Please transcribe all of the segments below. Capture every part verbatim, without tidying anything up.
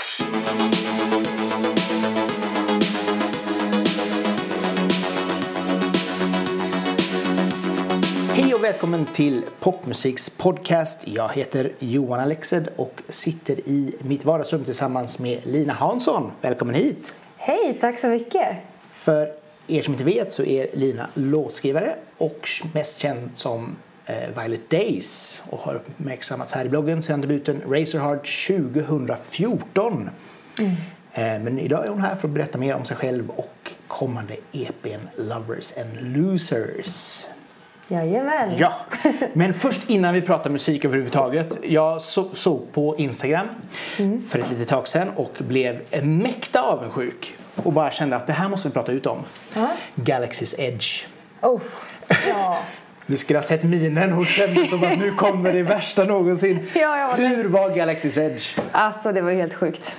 Hej och välkommen till Popmusiks podcast. Jag heter Johan Alexed och sitter i mitt vardagsrum tillsammans med Lina Hansson. Välkommen hit. Hej, tack så mycket. För er som inte vet så är Lina låtskrivare och mest känd som eh, Violet Days och har uppmärksammats här i bloggen sedan debuten Razorheart tjugo fjorton. Mm. Eh, men idag är hon här för att berätta mer om sig själv och kommande E P:n Lovers and Losers. Jajamän. Ja, men först innan vi pratar musik överhuvudtaget. Jag så, såg på Instagram mm. för ett litet tag sedan och blev mäkta avundsjuk. Och bara kände att det här måste vi prata ut om. Uh-huh. Galaxy's Edge. Oh, ja. Ni skulle ha sett minen och kände som att nu kommer det värsta någonsin. Ja, ja, Hur var Galaxy's Edge? Alltså det var helt sjukt.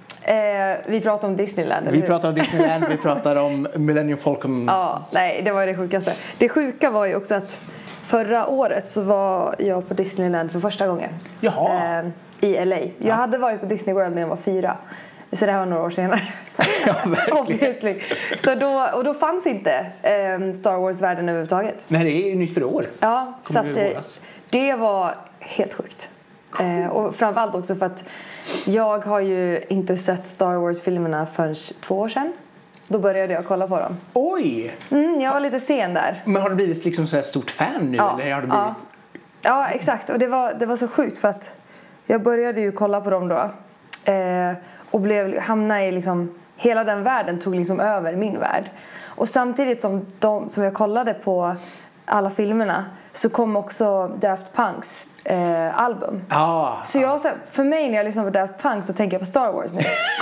Eh, vi pratar om Disneyland. Vi pratar om Disneyland, vi pratar om Millennium Falcon. Ja, nej, det var det sjukaste. Det sjuka var ju också att förra året så var jag på Disneyland för första gången. Jaha. Eh, I L A. Jag ja. hade varit på Disney World när jag var fyra. Så det här var några år senare. Ja, verkligen. Så då, och då fanns inte eh, Star Wars-världen överhuvudtaget. Nej, det är ju nytt för år. Ja, så att, det, det var helt sjukt. Eh, och framförallt också för att jag har ju inte sett Star Wars-filmerna förrän två år sedan. Då började jag kolla på dem. Oj! Mm, jag var lite sen där. Men har du blivit liksom så här stort fan nu? Ja, eller har du blivit... ja. ja exakt. Och det var, det var så sjukt för att jag började ju kolla på dem då. Eh, och blev, hamnade i liksom... Hela den världen tog liksom över min värld. Och samtidigt som, de, som jag kollade på alla filmerna så kom också Daft Punks Eh, album. Ah, så jag, så, för mig när jag lyssnar på Daft Punk så tänker jag på Star Wars nu.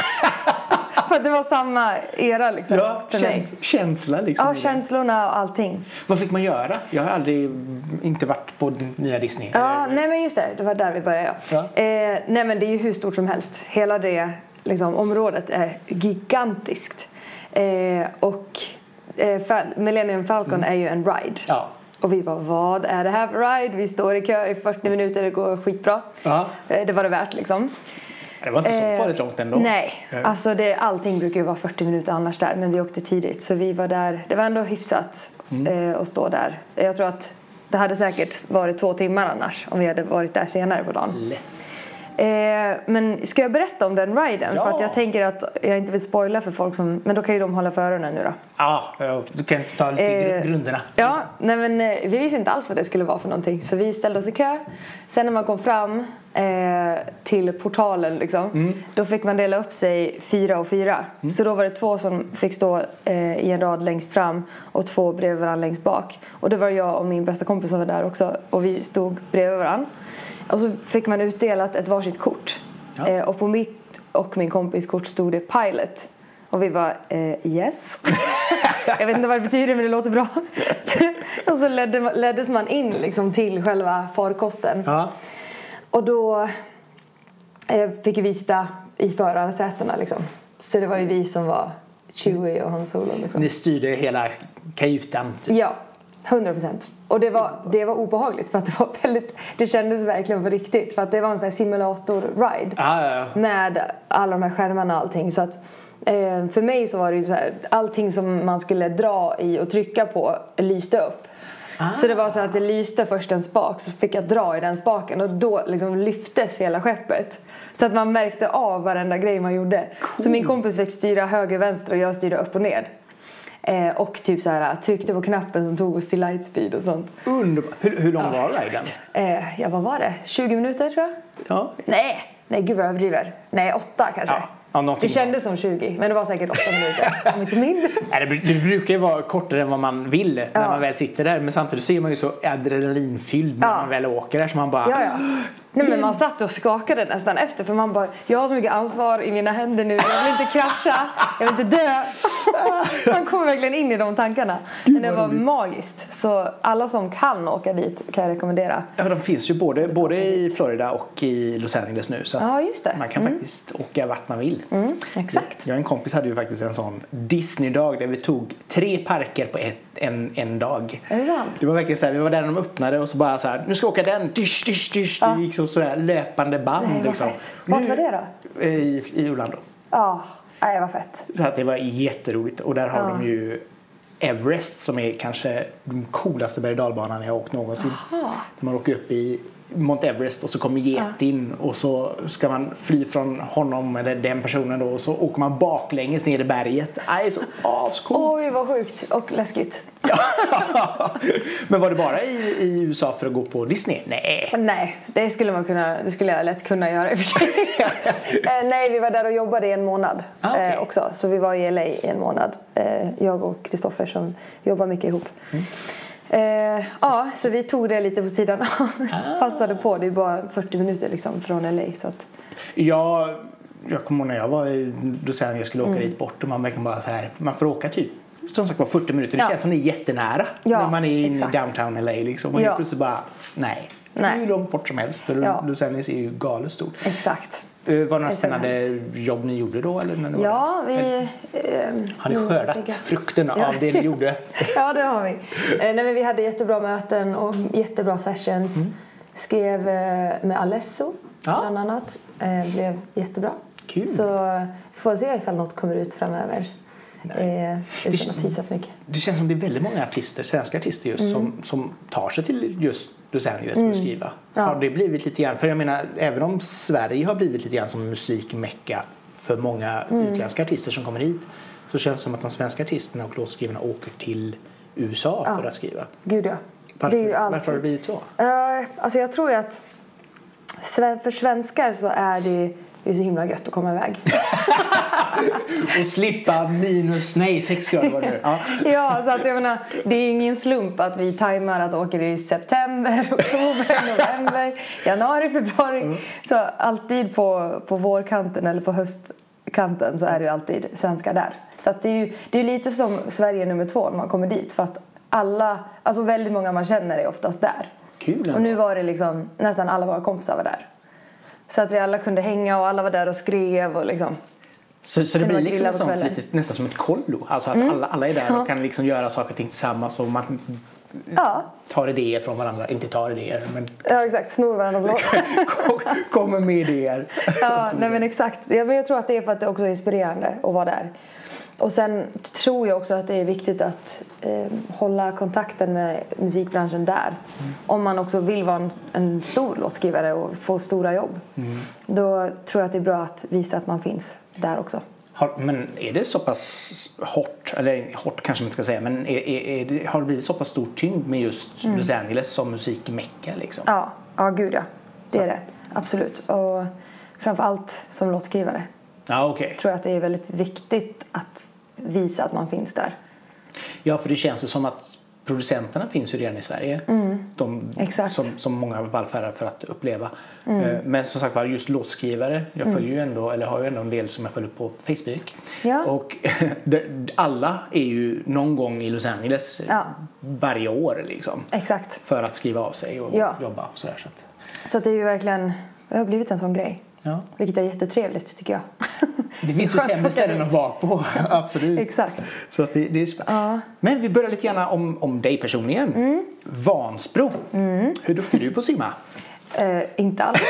För att det var samma era liksom. Ja, för käns- mig. känsla liksom. Ja, känslorna och allting. Vad fick man göra? Jag har aldrig inte varit på nya Disney. Ja, nej men just det. Det var där vi började. Ja. Eh, nej men det är ju hur stort som helst. Hela det liksom, området är gigantiskt. Eh, och eh, Fal- Millennium Falcon mm. är ju en ride. Ja. Och vi bara, vad är det här för ride? Vi står i kö i fyrtio minuter, det går skitbra. Ja. Det var det värt liksom. Det var inte så eh, farligt långt ändå. Nej, alltså det, allting brukar ju vara fyrtio minuter annars där. Men vi åkte tidigt så vi var där. Det var ändå hyfsat mm. eh, att stå där. Jag tror att det hade säkert varit två timmar annars om vi hade varit där senare på dagen. Lätt. Eh, men ska jag berätta om den riden? Ja. För att jag tänker att jag inte vill spoila för folk som... Men då kan ju de hålla för öronen nu då. Ja, du kan ta lite eh, grunderna. Ja, nej men vi visste inte alls vad det skulle vara för någonting. Så vi ställde oss i kö. Sen när man kom fram eh, till portalen liksom, mm. då fick man dela upp sig fyra och fyra. Mm. Så då var det två som fick stå eh, i en rad längst fram och två bredvid varandra längst bak. Och det var jag och min bästa kompis som var där också. Och vi stod bredvid varandra. Och så fick man utdelat ett varsitt kort. Ja. Eh, och på mitt och min kompis kort stod det Pilot. Och vi bara, eh, yes. Jag vet inte vad det betyder men det låter bra. Och så ledde, leddes man in liksom till själva farkosten. Ja. Och då eh, fick vi sitta i förarsätena liksom. Så det var ju vi som var Chewie och Han Solo liksom. Ni styrde hela kajutan typ. Ja, hundra procent. Och det var, det var obehagligt för att det var väldigt, det kändes verkligen på riktigt. För att det var en sån här simulator-ride. Ah, ja, ja. Med alla de här skärmarna och allting. Så att eh, för mig så var det ju så här, allting som man skulle dra i och trycka på lyste upp. Ah. Så det var så att det lyste först en spak, så fick jag dra i den spaken. Och då liksom lyftes hela skeppet. Så att man märkte av varenda grej man gjorde. Cool. Så min kompis fick styra höger, vänster och jag styrde upp och ner. Eh, och typ så här tryckte på knappen som tog oss till lightspeed och sånt. Underbart. Hur, hur lång ja. var riden? Eh, ja, vad var det? tjugo minuter tror jag. Ja. Nej, nej gud vad jag överdriver. Nej, åtta kanske. Ja. Ja, det kändes som tjugo, men det var säkert åtta minuter. Om inte mindre. Nej, det, det brukar ju vara kortare än vad man vill när ja. man väl sitter där. Men samtidigt så är man ju så adrenalinfylld när ja. man väl åker där. Så man bara... Ja, ja. Nej, men man satt och skakade nästan efter. För man bara, jag har så mycket ansvar i mina händer nu. Jag vill inte krascha. Jag vill inte dö. Man kommer verkligen in i de tankarna. Men det var magiskt. Så alla som kan åka dit kan jag rekommendera. Ja, de finns ju både, både i Florida och i Los Angeles nu. Så att ja, just det. man kan mm. faktiskt åka vart man vill. Mm, exakt. Jag och en kompis hade ju faktiskt en sån Disney-dag där vi tog tre parker på ett en, en dag. Är det sant? Det var verkligen så här, vi var där när de öppnade och så bara så här, nu ska vi åka den, dysch, dysch, dysch. Ja. Det gick som sådär löpande band. Nej, vad liksom. fett. Vart var det då? I, i Orlando. Ja, nej vad fett. Så att det var jätteroligt. Och där har Ja. de ju Everest som är kanske den coolaste berg- och dalbanan jag har åkt någonsin. Aha. När man åker upp i Mount Everest och så kommer get Ja. in och så ska man fly från honom eller den personen då och så åker man baklänges ner i berget. Det är så ascoolt. Oj, vad sjukt och läskigt. Men var det bara i, i U S A för att gå på Disney? Nej. Nej, det skulle man kunna, det skulle jag lätt kunna göra i och för sig. eh, nej, vi var där och jobbade i en månad Ah, okay. eh, också. Så vi var i L A i en månad. Eh, jag och Kristoffer som jobbar mycket ihop. Mm. Eh, ja, så vi tog det lite på sidan av. Ah. Passade på, det är bara fyrtio minuter liksom från L A. Så att... Jag, jag kommer ihåg när jag var i Los Angeles, jag skulle åka mm. dit bort och man verkligen bara så här, man får åka typ som sagt var fyrtio minuter, det ja. känns som det är jättenära ja, när man är inne exakt. i downtown L A liksom och ja. helt plötsligt bara, nej, nej. Det är ju långt bort som helst för ja. Los Angeles är ju galet stort. Exakt. Var det några spännande jobb ni gjorde då? Eller när det ja, var vi... Eh, har ni skördat tänka. frukten ja. av det ni gjorde? Ja, det har vi. Eh, nej, men vi hade jättebra möten och jättebra sessions. Mm. Skrev eh, med Alesso ja. bland annat. Eh, blev jättebra. Kul. Så vi får se ifall något kommer ut framöver. Eh, utan att tisa för mycket. Det känns som det är väldigt många artister, svenska artister just, mm. som, som tar sig till just Los Angeles mm. för att skriva. Ja. Har det blivit lite grann, för jag menar, även om Sverige har blivit lite grann som musikmecka för många mm. utländska artister som kommer hit, så känns det som att de svenska artisterna och låtskrivarna åker till U S A ja. för att skriva. Gud ja. Varför, det är ju alltid... varför har det blivit så? Uh, alltså jag tror ju att för svenskar så är det, det är så himla gött att komma iväg. Och slippa minus, nej, sex grader var det. Ja. Ja, så att jag menar, det är ingen slump att vi tajmar att åka i september, oktober, november, januari, februari. Mm. Så alltid på, på vårkanten eller på höstkanten så är det ju alltid svenskar där. Så att det är ju det är lite som Sverige nummer två när man kommer dit. För att alla, alltså väldigt många man känner är oftast där. Kul. Och nu var det liksom, nästan alla våra kompisar var där. Så att vi alla kunde hänga och alla var där och skrev och liksom. Så, så det blir liksom sånt, lite, nästan som ett kollo. Alltså att mm. alla, alla är där och ja. kan liksom göra saker och ting tillsammans. Och man ja. tar idéer från varandra. Inte tar idéer, men... Ja, exakt. Snor varandras låtar. Kommer med idéer. Ja, nej men exakt. Ja, men jag tror att det är för att det också är inspirerande att vara där. Och sen tror jag också att det är viktigt att eh, hålla kontakten med musikbranschen där. Mm. Om man också vill vara en, en stor låtskrivare och få stora jobb. Mm. Då tror jag att det är bra att visa att man finns där också. Har, men är det så pass hårt, eller hårt kanske man inte ska säga, men är, är, är det, har det blivit så pass stor tyngd med just mm. Los Angeles som musikmecka liksom? Ja, ja gud ja. Det är det. Absolut. Och framförallt som låtskrivare. Ja, okej. Okay. Tror jag att det är väldigt viktigt att visa att man finns där. Ja, för det känns ju som att producenterna finns ju redan i Sverige. Mm. De Exakt. Som, som många vallfärdar för att uppleva. Mm. Men som sagt var, just låtskrivare. Jag följer mm. ju ändå, eller har ju ändå en del som jag följer på Facebook. Ja. Och alla är ju någon gång i Los Angeles ja. varje år liksom. Exakt. För att skriva av sig och ja. jobba och sådär. Så att. Så att det är ju verkligen, det har blivit en sån grej. Ja. Vilket är jättetrevligt tycker jag. Det finns ju sämre ställen att vara på. Absolut. Exakt. Så att det, det är ja. Men vi börjar lite grann om, om dig personligen. Mm. Vansbro. Mm. Hur duktig är du på att simma? Uh, inte alls.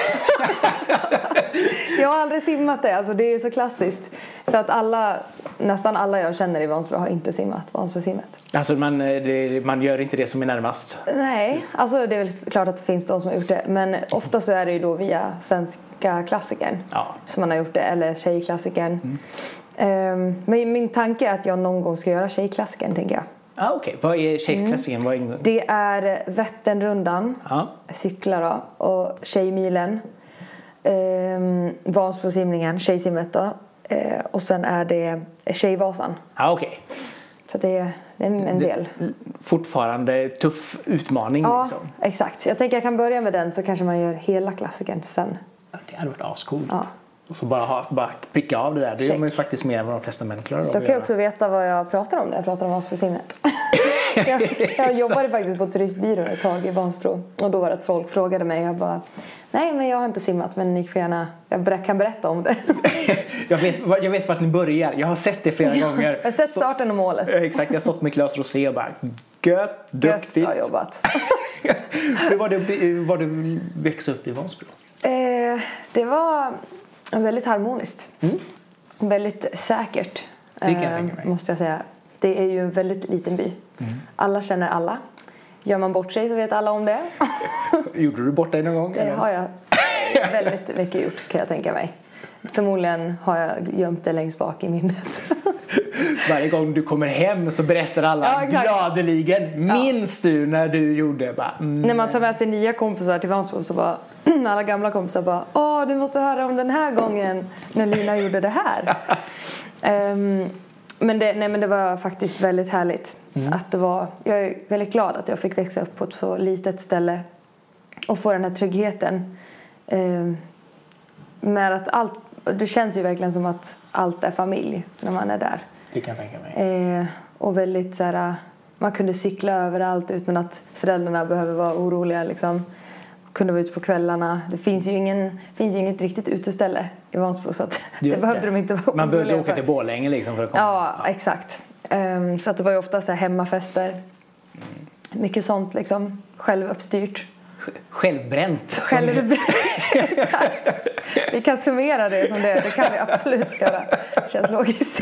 Jag har aldrig simmat det. Alltså, det är så klassiskt. För att alla, nästan alla jag känner i Vansbro har inte simmat Vansbro-simmet. Alltså man, det, man gör inte det som är närmast? Nej, alltså det är väl klart att det finns de som har gjort det. Men ofta så är det ju då via svenska klassikern ja. som man har gjort det. Eller tjejklassikern. Mm. Um, men min tanke är att jag någon gång ska göra tjejklassikern, tänker jag. Ah, okej. Okay. Vad är tjejklassikern? Mm. Vad är... Det är Vätternrundan, ah. cyklar då, och Tjejmilen. Um, Vansbrosimningen, Tjejsimmet då. Uh, och sen är det Tjejvasan. Ah, okej. Okay. Så det är, det är en del. Det, fortfarande tuff utmaning. Ja, liksom. Exakt. Jag tänker jag kan börja med den så kanske man gör hela klassikern sen. Ja, det hade varit ascoolt. Ja. Och så bara, ha, bara pricka av det där. Det gör man ju faktiskt mer än vad de flesta män klarar av. Då kan jag också veta vad jag pratar om när jag pratar om Vansbrosimmet. jag, jag jobbade faktiskt på turistbyrån ett tag i Vansbro. Och då var det att folk frågade mig. Jag bara, nej men jag har inte simmat. Men ni får gärna, jag kan berätta om det. jag, vet, jag vet vart ni börjar. Jag har sett det flera gånger. Jag har sett starten och målet. Exakt, jag har stått med Claes Rosé och bara, gött, duktigt. Gött, bra jobbat. Hur var det, var du växte upp i Vansbro? Eh, det var väldigt harmoniskt. Mm. Väldigt säkert. Det kan jag tänka mig. Måste jag säga. Det är ju en väldigt liten by. Mm. Alla känner alla. Gör man bort sig så vet alla om det. Gjorde du bort dig någon gång? Det eller? Har jag väldigt mycket gjort, kan jag tänka mig. Förmodligen har jag gömt det längst bak i minnet. Varje gång du kommer hem så berättar alla ja, gladeligen. Minns ja. du när du gjorde? Bara, mm. När man tar med sig nya kompisar till Vansbro så bara alla gamla kompisar bara, åh du måste höra om den här gången när Lina gjorde det här. um, men, det, nej, men det var faktiskt väldigt härligt. Mm. Att det var, jag är väldigt glad att jag fick växa upp på ett så litet ställe och få den här tryggheten. Um, med att allt, det känns ju verkligen som att allt är familj när man är där. Det kan jag tänka mig. Eh, och väldigt så här, man kunde cykla överallt utan att föräldrarna behöver vara oroliga liksom. Kunde vara ute på kvällarna. Det finns ju ingen, finns ju inget riktigt uteställe i Vansbro så att det, det behövde de inte vara oroliga. Man behövde åka till Borlänge liksom för att komma. Ja, ja. exakt. Um, så att det var ju ofta så här hemmafester. Mm. Mycket sånt liksom, självuppstyrt. Självbränt. Självbränt, exakt. Vi kan summera det som det. Det kan vi absolut göra. Det känns logiskt.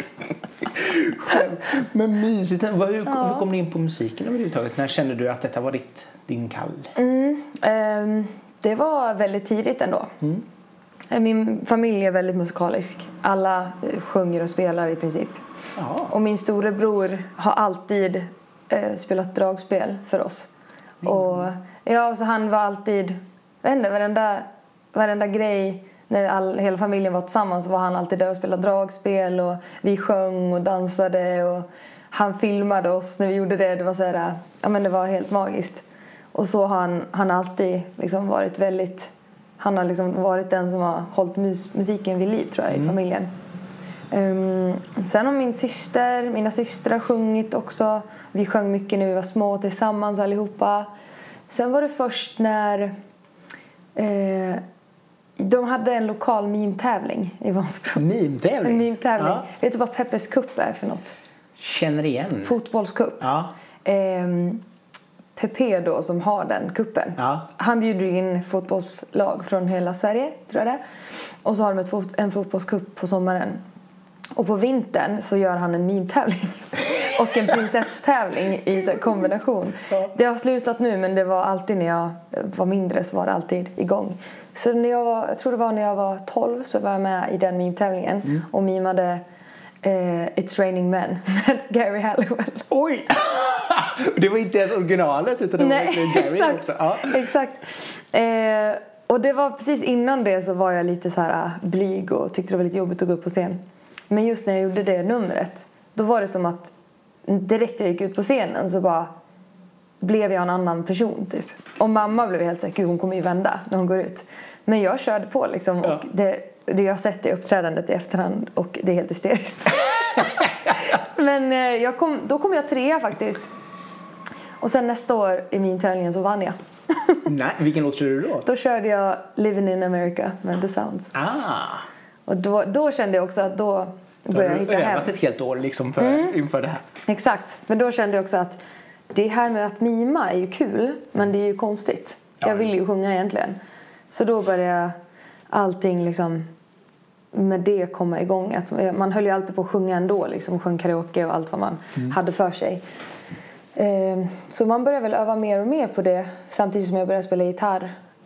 Men mysigt. Hur, ja. hur kom du in på musiken överhuvudtaget? När kände du att detta var ditt, din kall? Mm, um, det var väldigt tidigt ändå. Mm. Min familj är väldigt musikalisk. Alla sjunger och spelar i princip. Aha. Och min storebror har alltid uh, spelat dragspel för oss. Mm. Och ja, så han var alltid, jag vet inte, varenda, varenda grej när all, hela familjen var tillsammans var han alltid där och spelade dragspel och vi sjöng och dansade och han filmade oss när vi gjorde det. Det var så här, ja men det var helt magiskt. Och så har han, han alltid liksom varit väldigt, han har liksom varit den som har hållit mus, musiken vid liv tror jag mm. i familjen. Um, sen har min syster, mina systrar sjungit också. Vi sjöng mycket när vi var små tillsammans allihopa. Sen var det först när eh, de hade en lokal meme-tävling i Vansbro. Meme-tävling? En meme-tävling. Ja. Vet du vad Peppes Cup är för något? Känner igen. Fotbollscup. Ja. Eh, Pepe då som har den kuppen. Ja. Han bjuder in fotbollslag från hela Sverige, tror jag det. Och så har de ett fot- en fotbollscup på sommaren. Och på vintern så gör han en meme-tävling. Och en prinsesstävling i så kombination. Ja. Det har slutat nu men det var alltid när jag var mindre så var det alltid igång. Så när jag var, jag tror det var när jag var tolv så var jag med i den meme-tävlingen. Mm. Och mimade eh, It's Raining Men med Gary Halliwell. Oj! Det var inte ens originalet utan det Nej, var Gary exakt, också. Ja. Exakt. Eh, och det var precis innan det så var jag lite så här blyg och tyckte det var lite jobbigt att gå upp på scen. Men just när jag gjorde det numret då var det som att direkt jag gick ut på scenen så bara blev jag en annan person typ. Och mamma blev helt säker, hon kommer ju vända när hon går ut. Men jag körde på liksom ja. Och det, det jag har sett i uppträdandet i efterhand och det är helt hysteriskt. Men jag kom, då kom jag trea faktiskt. Och sen nästa år i min tävling så vann jag. Nej, vilken låt körde du då? Då körde jag Living in America med The Sounds. Ah. Och då, då kände jag också att då började jag hitta hem. Du har övat ett helt år liksom för, mm. inför det här. Exakt, men då kände jag också att det här med att mima är ju kul, men det är ju konstigt. Ja. Jag vill ju sjunga egentligen. Så då började allting liksom med det komma igång. Att man höll ju alltid på att sjunga ändå, liksom sjöng karaoke och allt vad man mm. hade för sig. Så man började väl öva mer och mer på det samtidigt som jag började spela gitarr.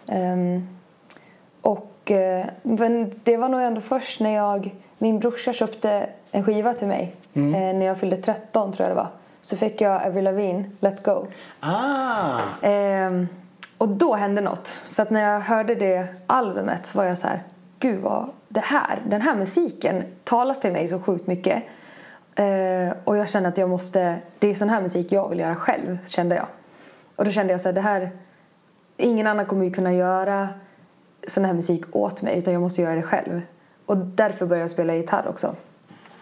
Och men det var nog ändå först när jag, min brorsa köpte en skiva till mig mm. när jag fyllde tretton tror jag det var. Så fick jag Avril Lavigne, Let Go. Ah. Ehm, och då hände något. För att när jag hörde det albumet så var jag så här, gud vad det här, den här musiken talar till mig så sjukt mycket. Ehm, och jag kände att jag måste, det är sån här musik jag vill göra själv, kände jag. Och då kände jag så här, det här, ingen annan kommer ju kunna göra sån här musik åt mig utan jag måste göra det själv. Och därför började jag spela gitarr också.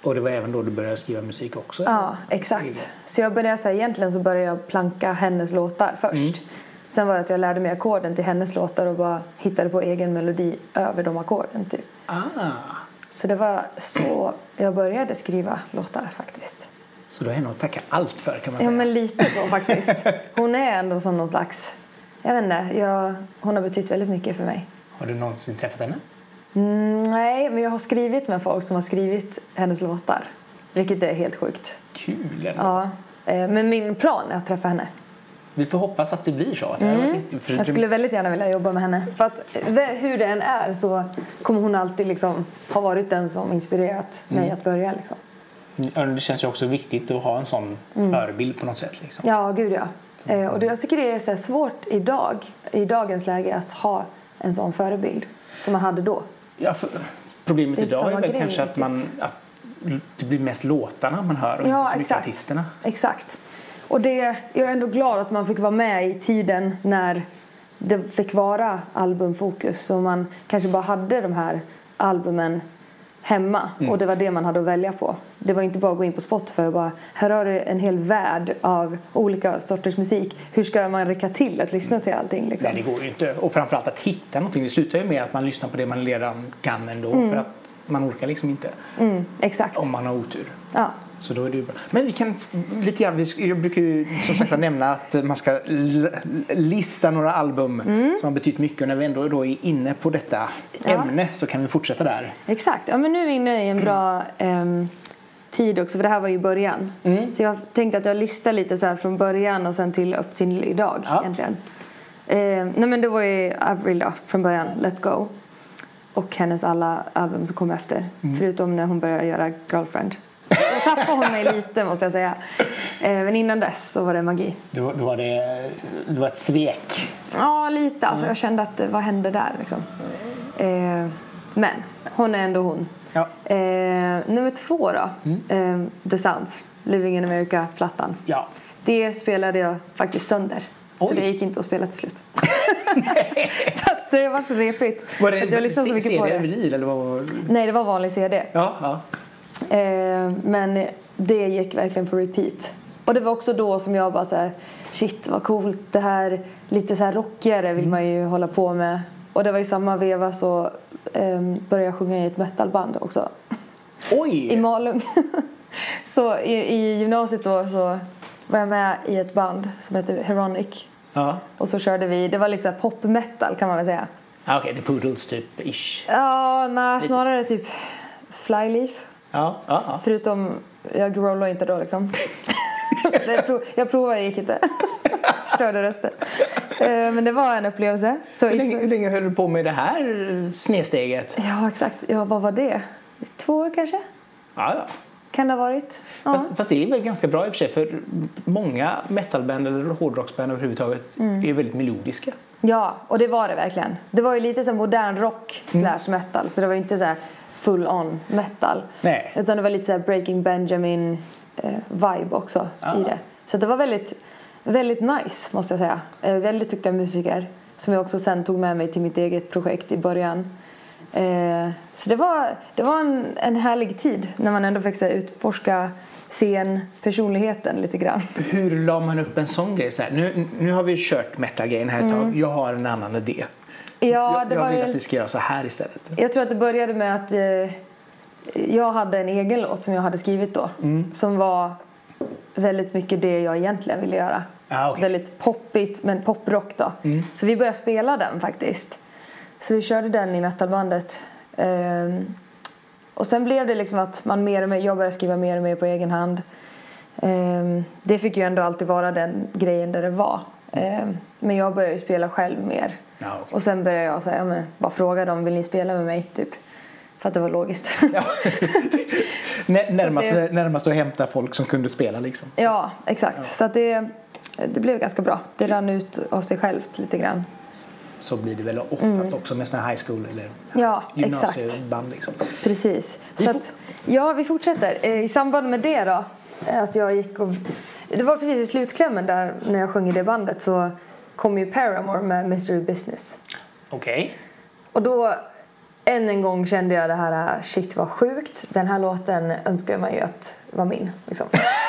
Och det var även då du började skriva musik också? Ja, exakt. Så jag började så här, egentligen så började jag planka hennes låtar först. Mm. Sen var det att jag lärde mig ackorden till hennes låtar och bara hittade på egen melodi över de ackorden typ. Ah. Så det var så jag började skriva låtar faktiskt. Så då är henne att tacka allt för, kan man säga. Ja, men lite så faktiskt. Hon är ändå som någon slags, jag vet inte, jag, hon har betytt väldigt mycket för mig. Har du någonsin träffat henne? Mm, nej, men jag har skrivit med folk som har skrivit hennes låtar. Vilket är helt sjukt. Kul ändå. Ja, men min plan är att träffa henne. Vi får hoppas att det blir så. Mm. Jag skulle väldigt gärna vilja jobba med henne. För att hur det än är så kommer hon alltid liksom ha varit den som inspirerat mig mm. att börja liksom. Det känns ju också viktigt att ha en sån mm. förebild på något sätt liksom. Ja, gud ja. Eh, och det, jag tycker det är så svårt idag, i dagens läge, att ha en sån förebild som man hade då. Ja, för problemet idag är väl grej, kanske att, man, att det blir mest låtarna man hör och ja, inte så mycket exakt. artisterna. Exakt. Och det, jag är ändå glad att man fick vara med i tiden när det fick vara albumfokus. Så man kanske bara hade de här albumen hemma. Mm. Och det var det man hade att välja på. Det var inte bara att gå in på Spotify och bara, här har du en hel värld av olika sorters musik. Hur ska man räcka till att lyssna till allting? Liksom? Nej, det går ju inte. Och framförallt att hitta någonting. Det slutar ju med att man lyssnar på det man redan kan ändå. Mm. För att man orkar liksom inte. Mm, exakt. Om man har otur. Ja. Så då är det ju bra. Men vi kan lite grann, jag brukar ju som sagt nämna att man ska lista några album mm. som har betytt mycket. Och när vi ändå då är inne på detta ja. ämne så kan vi fortsätta där. Exakt. Ja, men nu är vi inne i en bra um, tid också, för det här var ju början. Mm. Så jag tänkte att jag listar lite så här från början och sen till upp till idag ja. egentligen. Uh, nej men det var ju Avril då, från början, Let Go. Och hennes alla album som kom efter. Mm. Förutom när hon började göra Girlfriend. Då tappade hon mig lite, måste jag säga. Eh, men innan dess så var det magi. Då, då var det, det var ett svek. Ja, lite. Alltså, jag kände att vad hände där liksom. Eh, men hon är ändå hon. Ja. Eh, nummer två då. Mm. Eh, The Sounds. Living in America-plattan. Ja. Det spelade jag faktiskt sönder. Oj. Så det gick inte att spela till slut. Så att det var så repigt. Var det att jag lyssnade så mycket C D på det. Eller eller vad? Nej, det var vanlig C D. Ja, ja. Eh, men det gick verkligen för repeat. Och det var också då som jag bara så här, shit vad coolt det här, lite så här rockigare vill mm. man ju hålla på med. Och det var i samma veva så eh, började jag sjunga i ett metalband också. Oj! I Malung. Så i, i gymnasiet då så var jag med i ett band som heter Heronic. Ja. Och så körde vi, det var lite så här pop metal kan man väl säga. Ah, okej, okay, The Poodles typ ish. Ja, nej, snarare typ Flyleaf. Ja, ja, ja. Förutom, jag growlade inte då liksom. prov, jag provade, det gick inte. Förstörde rösten. Men det var en upplevelse. Så hur, länge, hur länge höll du på med det här snedsteget? Ja, exakt. Ja, vad var det? Två år kanske? Ja, ja. Kan det ha varit? Ja. Fast, fast det är väl ganska bra i och för sig. För många metalband eller hårdrocksband överhuvudtaget mm. är väldigt melodiska. Ja, och det var det verkligen. Det var ju lite som modern rock slash metal. Så det var ju inte så här full on metal. Nej. Utan det var lite så här Breaking Benjamin eh, vibe också ja. i det. Så det var väldigt, väldigt nice måste jag säga. Eh, väldigt duktiga musiker. Som jag också sen tog med mig till mitt eget projekt i början. Eh, så det var, det var en, en härlig tid när man ändå fick så här, utforska scen, personligheten lite grann. Hur la man upp en sån grej? Så här, nu, nu har vi kört metal-grejen här ett tag. Mm. Jag har en annan idé. Ja, jag det jag var vill ju... att vi ska göra så här istället. Jag tror att det började med att eh, jag hade en egen låt som jag hade skrivit då. Mm. Som var väldigt mycket det jag egentligen ville göra. Ah, okay. Väldigt poppigt, men poprock då. Mm. Så vi började spela den faktiskt. Så vi körde den i metalbandet. Um, och sen blev det liksom att man mer och mer, jag började skriva mer och mer på egen hand. Um, det fick ju ändå alltid vara den grejen där det var. Um, men jag började ju spela själv mer. Ja, okay. Och sen började jag säga, ja, men, bara fråga dem, vill ni spela med mig? Typ. För att det var logiskt. Ja. närmast, det... närmast att hämta folk som kunde spela liksom. Ja, exakt. Ja. Så att det, det blev ganska bra. Det rann ut av sig självt lite grann. Så blir det väl oftast mm. också med såna här high school eller ja, gymnasieband liksom. Precis. Så att, ja, vi fortsätter. I samband med det då, att jag gick och... Det var precis i slutklämmen där när jag sjöng i det bandet så kom ju Paramore med Mystery Business. Okej. Okay. Och då än en gång kände jag det här, shit vad sjukt. Den här låten önskar man ju att var min. Liksom.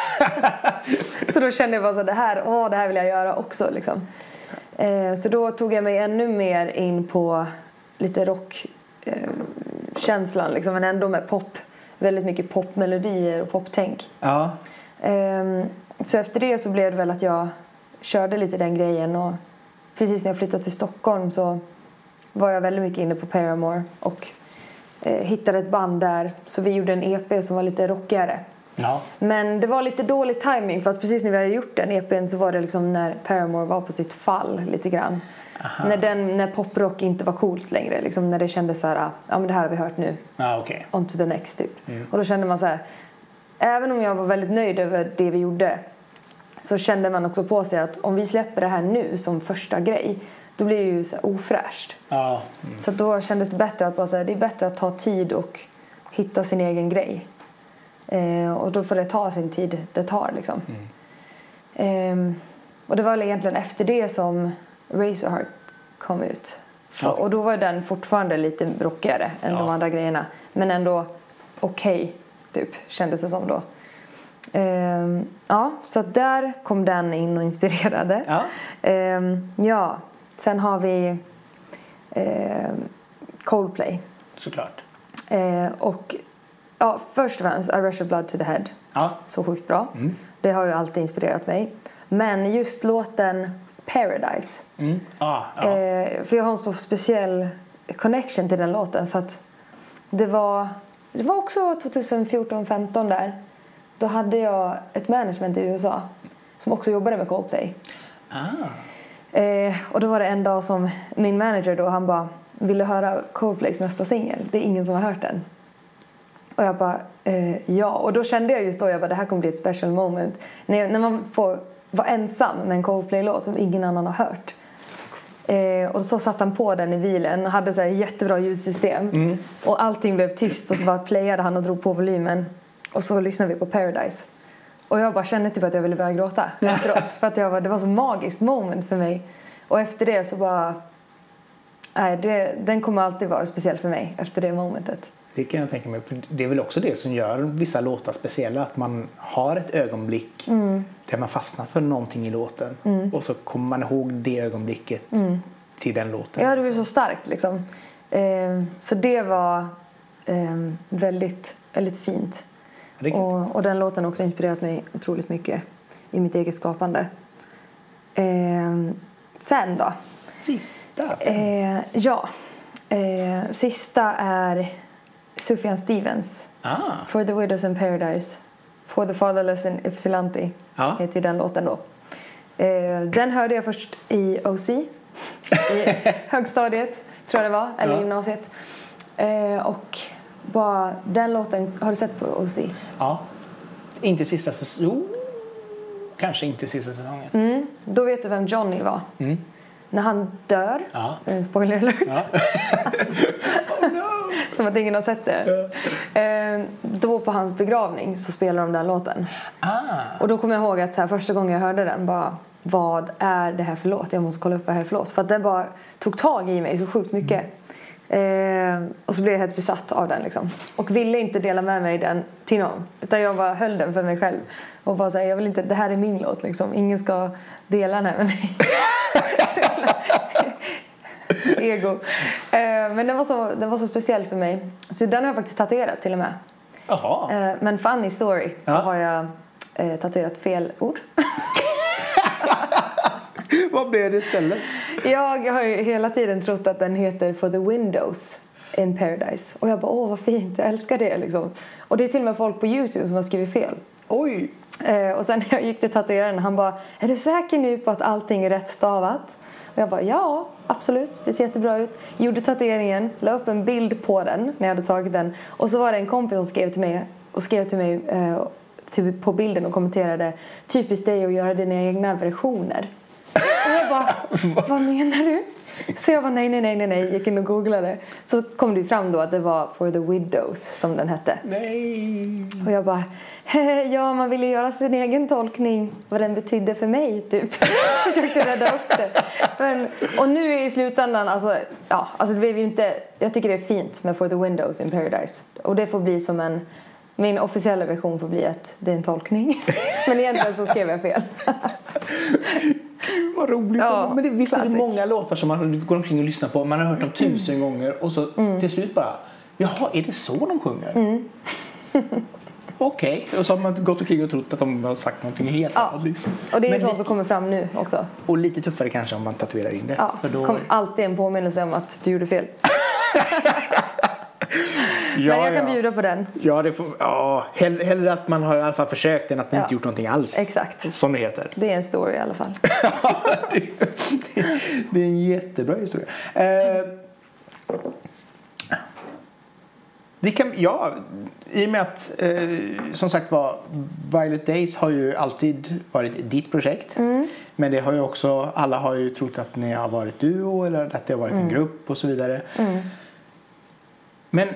Så då kände jag bara så det här, åh, det här vill jag göra också. Liksom. Eh, så då tog jag mig ännu mer in på lite rockkänslan. Eh, liksom, men ändå med pop. Väldigt mycket popmelodier och poptänk. Ja. Eh, så efter det så blev det väl att jag körde lite den grejen. Och precis när jag flyttade till Stockholm så var jag väldigt mycket inne på Paramore. Och eh, hittade ett band där. Så vi gjorde en E P som var lite rockigare. Ja. Men det var lite dålig timing för att precis när vi hade gjort den E P:n så var det liksom när Paramore var på sitt fall lite grann. Aha. När, den, när poprock inte var coolt längre. Liksom när det kändes så här, ja men det här har vi hört nu. Ah, okay. On to the next typ. Mm. Och då kände man så här, även om jag var väldigt nöjd över det vi gjorde så kände man också på sig att om vi släpper det här nu som första grej då blir det ju så här ofräscht. Ah, mm. Så då kändes det bättre att bara så här, det är bättre att ta tid och hitta sin egen grej. Eh, och då får det ta sin tid det tar liksom. Mm. Eh, och det var väl egentligen efter det som Razorheart kom ut. Okay. Och då var den fortfarande lite rockigare än ja. de andra grejerna. Men ändå okej, okay, typ, kändes det som då. Eh, ja, så att där kom den in och inspirerade. Ja, eh, ja. Sen har vi eh, Coldplay. Såklart. Eh, och ja, först och främst I Rush of Blood to the Head. Ja. Så sjukt bra. Mm. Det har ju alltid inspirerat mig. Men just låten Paradise. Mm. Ah, ja. eh, för jag har en så speciell connection till den låten. För att det var, det var också tjugohundrafjorton femton där. Då hade jag ett management i U S A. Som också jobbade med Coldplay. Ah. Eh, och då var det en dag som min manager då, han bara, vill du höra Coldplays nästa singel? Det är ingen som har hört den. Och jag bara, eh, ja. Och då kände jag just då, jag bara, det här kommer bli ett special moment. När, när man får vara ensam med en Coldplay-låt som ingen annan har hört. Eh, och så satt han på den i bilen och hade så här jättebra ljudsystem. Mm. Och allting blev tyst och så bara playade han och drog på volymen. Och så lyssnade vi på Paradise. Och jag bara kände typ att jag ville börja gråta efteråt. För att jag var, det var så magiskt moment för mig. Och efter det så bara, nej, det, den kommer alltid vara speciell för mig efter det momentet. Det kan jag tänka mig. För det är väl också det som gör vissa låtar speciella. Att man har ett ögonblick mm. där man fastnar för någonting i låten. Mm. Och så kommer man ihåg det ögonblicket mm. till den låten. Ja, det blir så starkt liksom. Eh, så det var eh, väldigt, väldigt fint. Och, och den låten har också inspirerat mig otroligt mycket i mitt eget skapande. Eh, sen då? Sista? Eh, ja. Eh, sista är Sufjan Stevens. Ah. For the Widows in Paradise. For the Fatherless in Ypsilanti. Ah. Heter ju den låten då. Eh, den hörde jag först i O C. I högstadiet, tror jag det var. Eller ja. gymnasiet. Eh, och bara, den låten, har du sett på O C? Ja. Inte sista säsongen. Kanske inte sista säsongen. Mm. Då vet du vem Johnny var. Mm. När han dör. Ja. Spoiler alert. Ja. Oh no. Som att ingen har sett det. Ja. Eh, då på hans begravning så spelar de den låten. Ah. Och då kommer jag ihåg att så här, första gången jag hörde den bara, vad är det här för låt? Jag måste kolla upp vad det här är för låt. För att den bara tog tag i mig så sjukt mycket. Mm. Eh, och så blev jag helt besatt av den liksom. Och ville inte dela med mig den till någon. Utan jag bara höll den för mig själv. Och bara säga, jag vill inte, det här är min låt liksom. Ingen ska dela den här med mig. Ego. Eh, men den var, så, den var så speciell för mig. Så den har jag faktiskt tatuerat till och med. Jaha. Eh, men funny story så ja. har jag eh, tatuerat fel ord. Vad blev det istället? Jag har ju hela tiden trott att den heter For the Windows in Paradise. Och jag bara, åh vad fint, jag älskar det liksom. Och det är till och med folk på YouTube som har skrivit fel. Oj! Eh, och sen när jag gick till tatueraren, han bara, är du säker nu på att allting är rätt stavat? Och jag bara, ja, absolut, det ser jättebra ut. Gjorde tatueringen, la upp en bild på den när jag hade tagit den. Och så var det en kompis som skrev till mig, och skrev till mig eh, typ på bilden och kommenterade, typiskt dig att göra dina egna versioner. Och jag bara, vad menar du? Så jag var nej, nej, nej, nej, nej. Gick in och googlade. Så kom det ju fram då att det var For the Widows som den hette. Nej. Och jag bara, ja, man ville göra sin egen tolkning. Vad den betydde för mig, typ. Försökte rädda upp det. Men, och nu i slutändan, alltså, ja, alltså det blev ju inte... Jag tycker det är fint med For the Windows in Paradise. Och det får bli som en... Min officiella version får bli att det är en tolkning. Men egentligen så skrev jag fel. Gud, vad roligt. Ja, men det, visst är det classic. många låtar som man går omkring och lyssnar på. Man har hört dem tusen mm. gånger. Och så mm. till slut bara, jaha, är det så de sjunger? Mm. Okej. Okay. Och så har man gått omkring och trott att de har sagt någonting helt ja. annat. Liksom. Och det är men sånt det... som kommer fram nu också. Och lite tuffare kanske om man tatuerar in det. Ja, för då... kom alltid en påminnelse om att du gjorde fel. Ja, men jag kan ja. bjuda på den. Ja, det får, ja hell, hellre att man har i alla fall försökt än att man ja. inte gjort någonting alls. Exakt. Som det heter. Det är en story i alla fall. det, det, det är en jättebra historia. Eh, vi kan, ja, i och med att eh, som sagt var Violet Days har ju alltid varit ditt projekt. Mm. Men det har ju också, alla har ju trott att ni har varit duo eller att det har varit mm. en grupp och så vidare. Mm. Men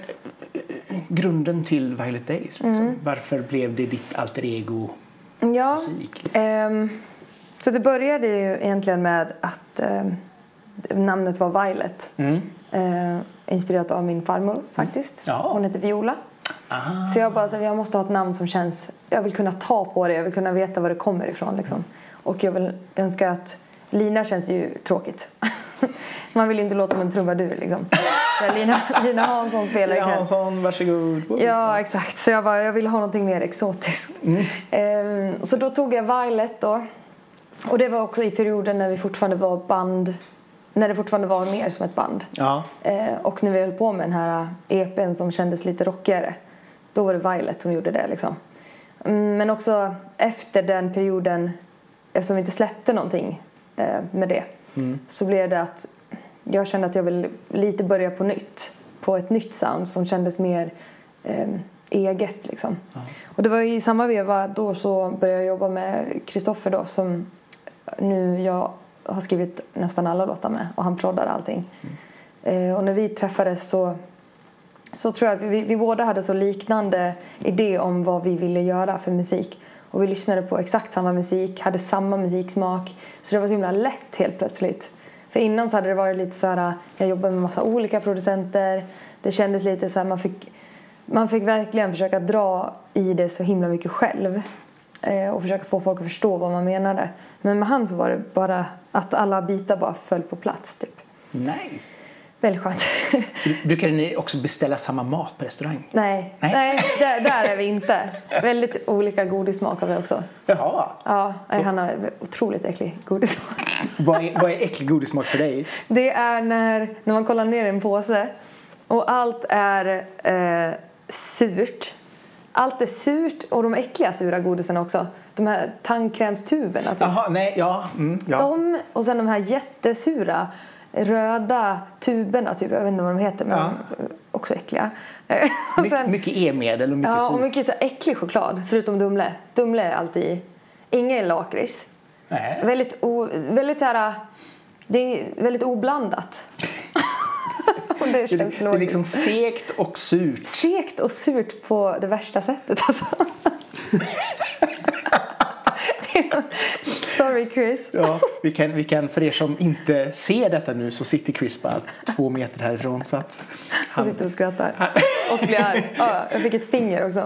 grunden till Violet Days, liksom. mm. varför blev det ditt alter ego ja, musik? Um, så det började ju egentligen med att um, namnet var Violet. Mm. Uh, inspirerat av min farmor faktiskt. Ja. Hon heter Viola. Aha. Så jag bara, så jag måste ha ett namn som känns, jag vill kunna ta på det, jag vill kunna veta var det kommer ifrån. Liksom. Och jag vill önska att Lina känns ju tråkigt. Man vill ju inte låta som en trubadur liksom. Lina, Lina Hansson spelar Lina Hansson, varsågod. Ja, exakt. Så jag, bara, jag ville ha någonting mer exotiskt. Mm. Ehm, så då tog jag Violet då. Och det var också i perioden när vi fortfarande var band. När det fortfarande var mer som ett band. Ja. Ehm, och när vi höll på med den här E P:n som kändes lite rockigare. Då var det Violet som gjorde det liksom. Mm, men också efter den perioden, eftersom vi inte släppte någonting eh, med det. Mm. Så blev det att jag kände att jag ville lite börja på nytt. På ett nytt sound som kändes mer eh, eget liksom. Ja. Och det var i samma veva då så började jag jobba med Kristoffer då. Som nu jag har skrivit nästan alla låtar med. Och han proddar allting. Mm. Eh, och när vi träffades så, så tror jag att vi, vi båda hade så liknande idé om vad vi ville göra för musik. Och vi lyssnade på exakt samma musik. Hade samma musiksmak. Så det var så himla lätt helt plötsligt. För innan så hade det varit lite så här, jag jobbade med massa olika producenter. Det kändes lite så här, man fick, man fick verkligen försöka dra i det så himla mycket själv. Eh, och försöka få folk att förstå vad man menade. Men med han så var det bara att alla bitar bara föll på plats typ. Nice. Väldigt skönt. Brukar ni också beställa samma mat på restaurang? Nej, nej, nej där, där är vi inte. Väldigt olika godissmak har vi också. Jaha. Ja, han har otroligt äcklig godissmak. Vad är, vad är äcklig godissmak för dig? Det är när, när man kollar ner i en påse och allt är eh, surt. Allt är surt och de äckliga sura godisarna också. De här tandkrämstuberna. Typ. Jaha, nej, ja. Mm, ja. De och sen de här jättesura röda tuberna typ, jag vet inte vad de heter men ja. Också äckliga. och sen, mycket e-medel och mycket ja, sur. och mycket så äcklig choklad förutom Dumle. Dumle är alltid ingen lakrits. Nej. Väldigt o, väldigt här, det är väldigt oblandat. och det känns det, det är liksom segt och surt. Segt och surt på det värsta sättet alltså. Sorry Chris. Ja, vi kan, vi kan för er som inte ser detta nu så sitter Chris bara två meter härifrån så att han, han sitter och skrattar och blir arg. Ja, jag fick ett finger också.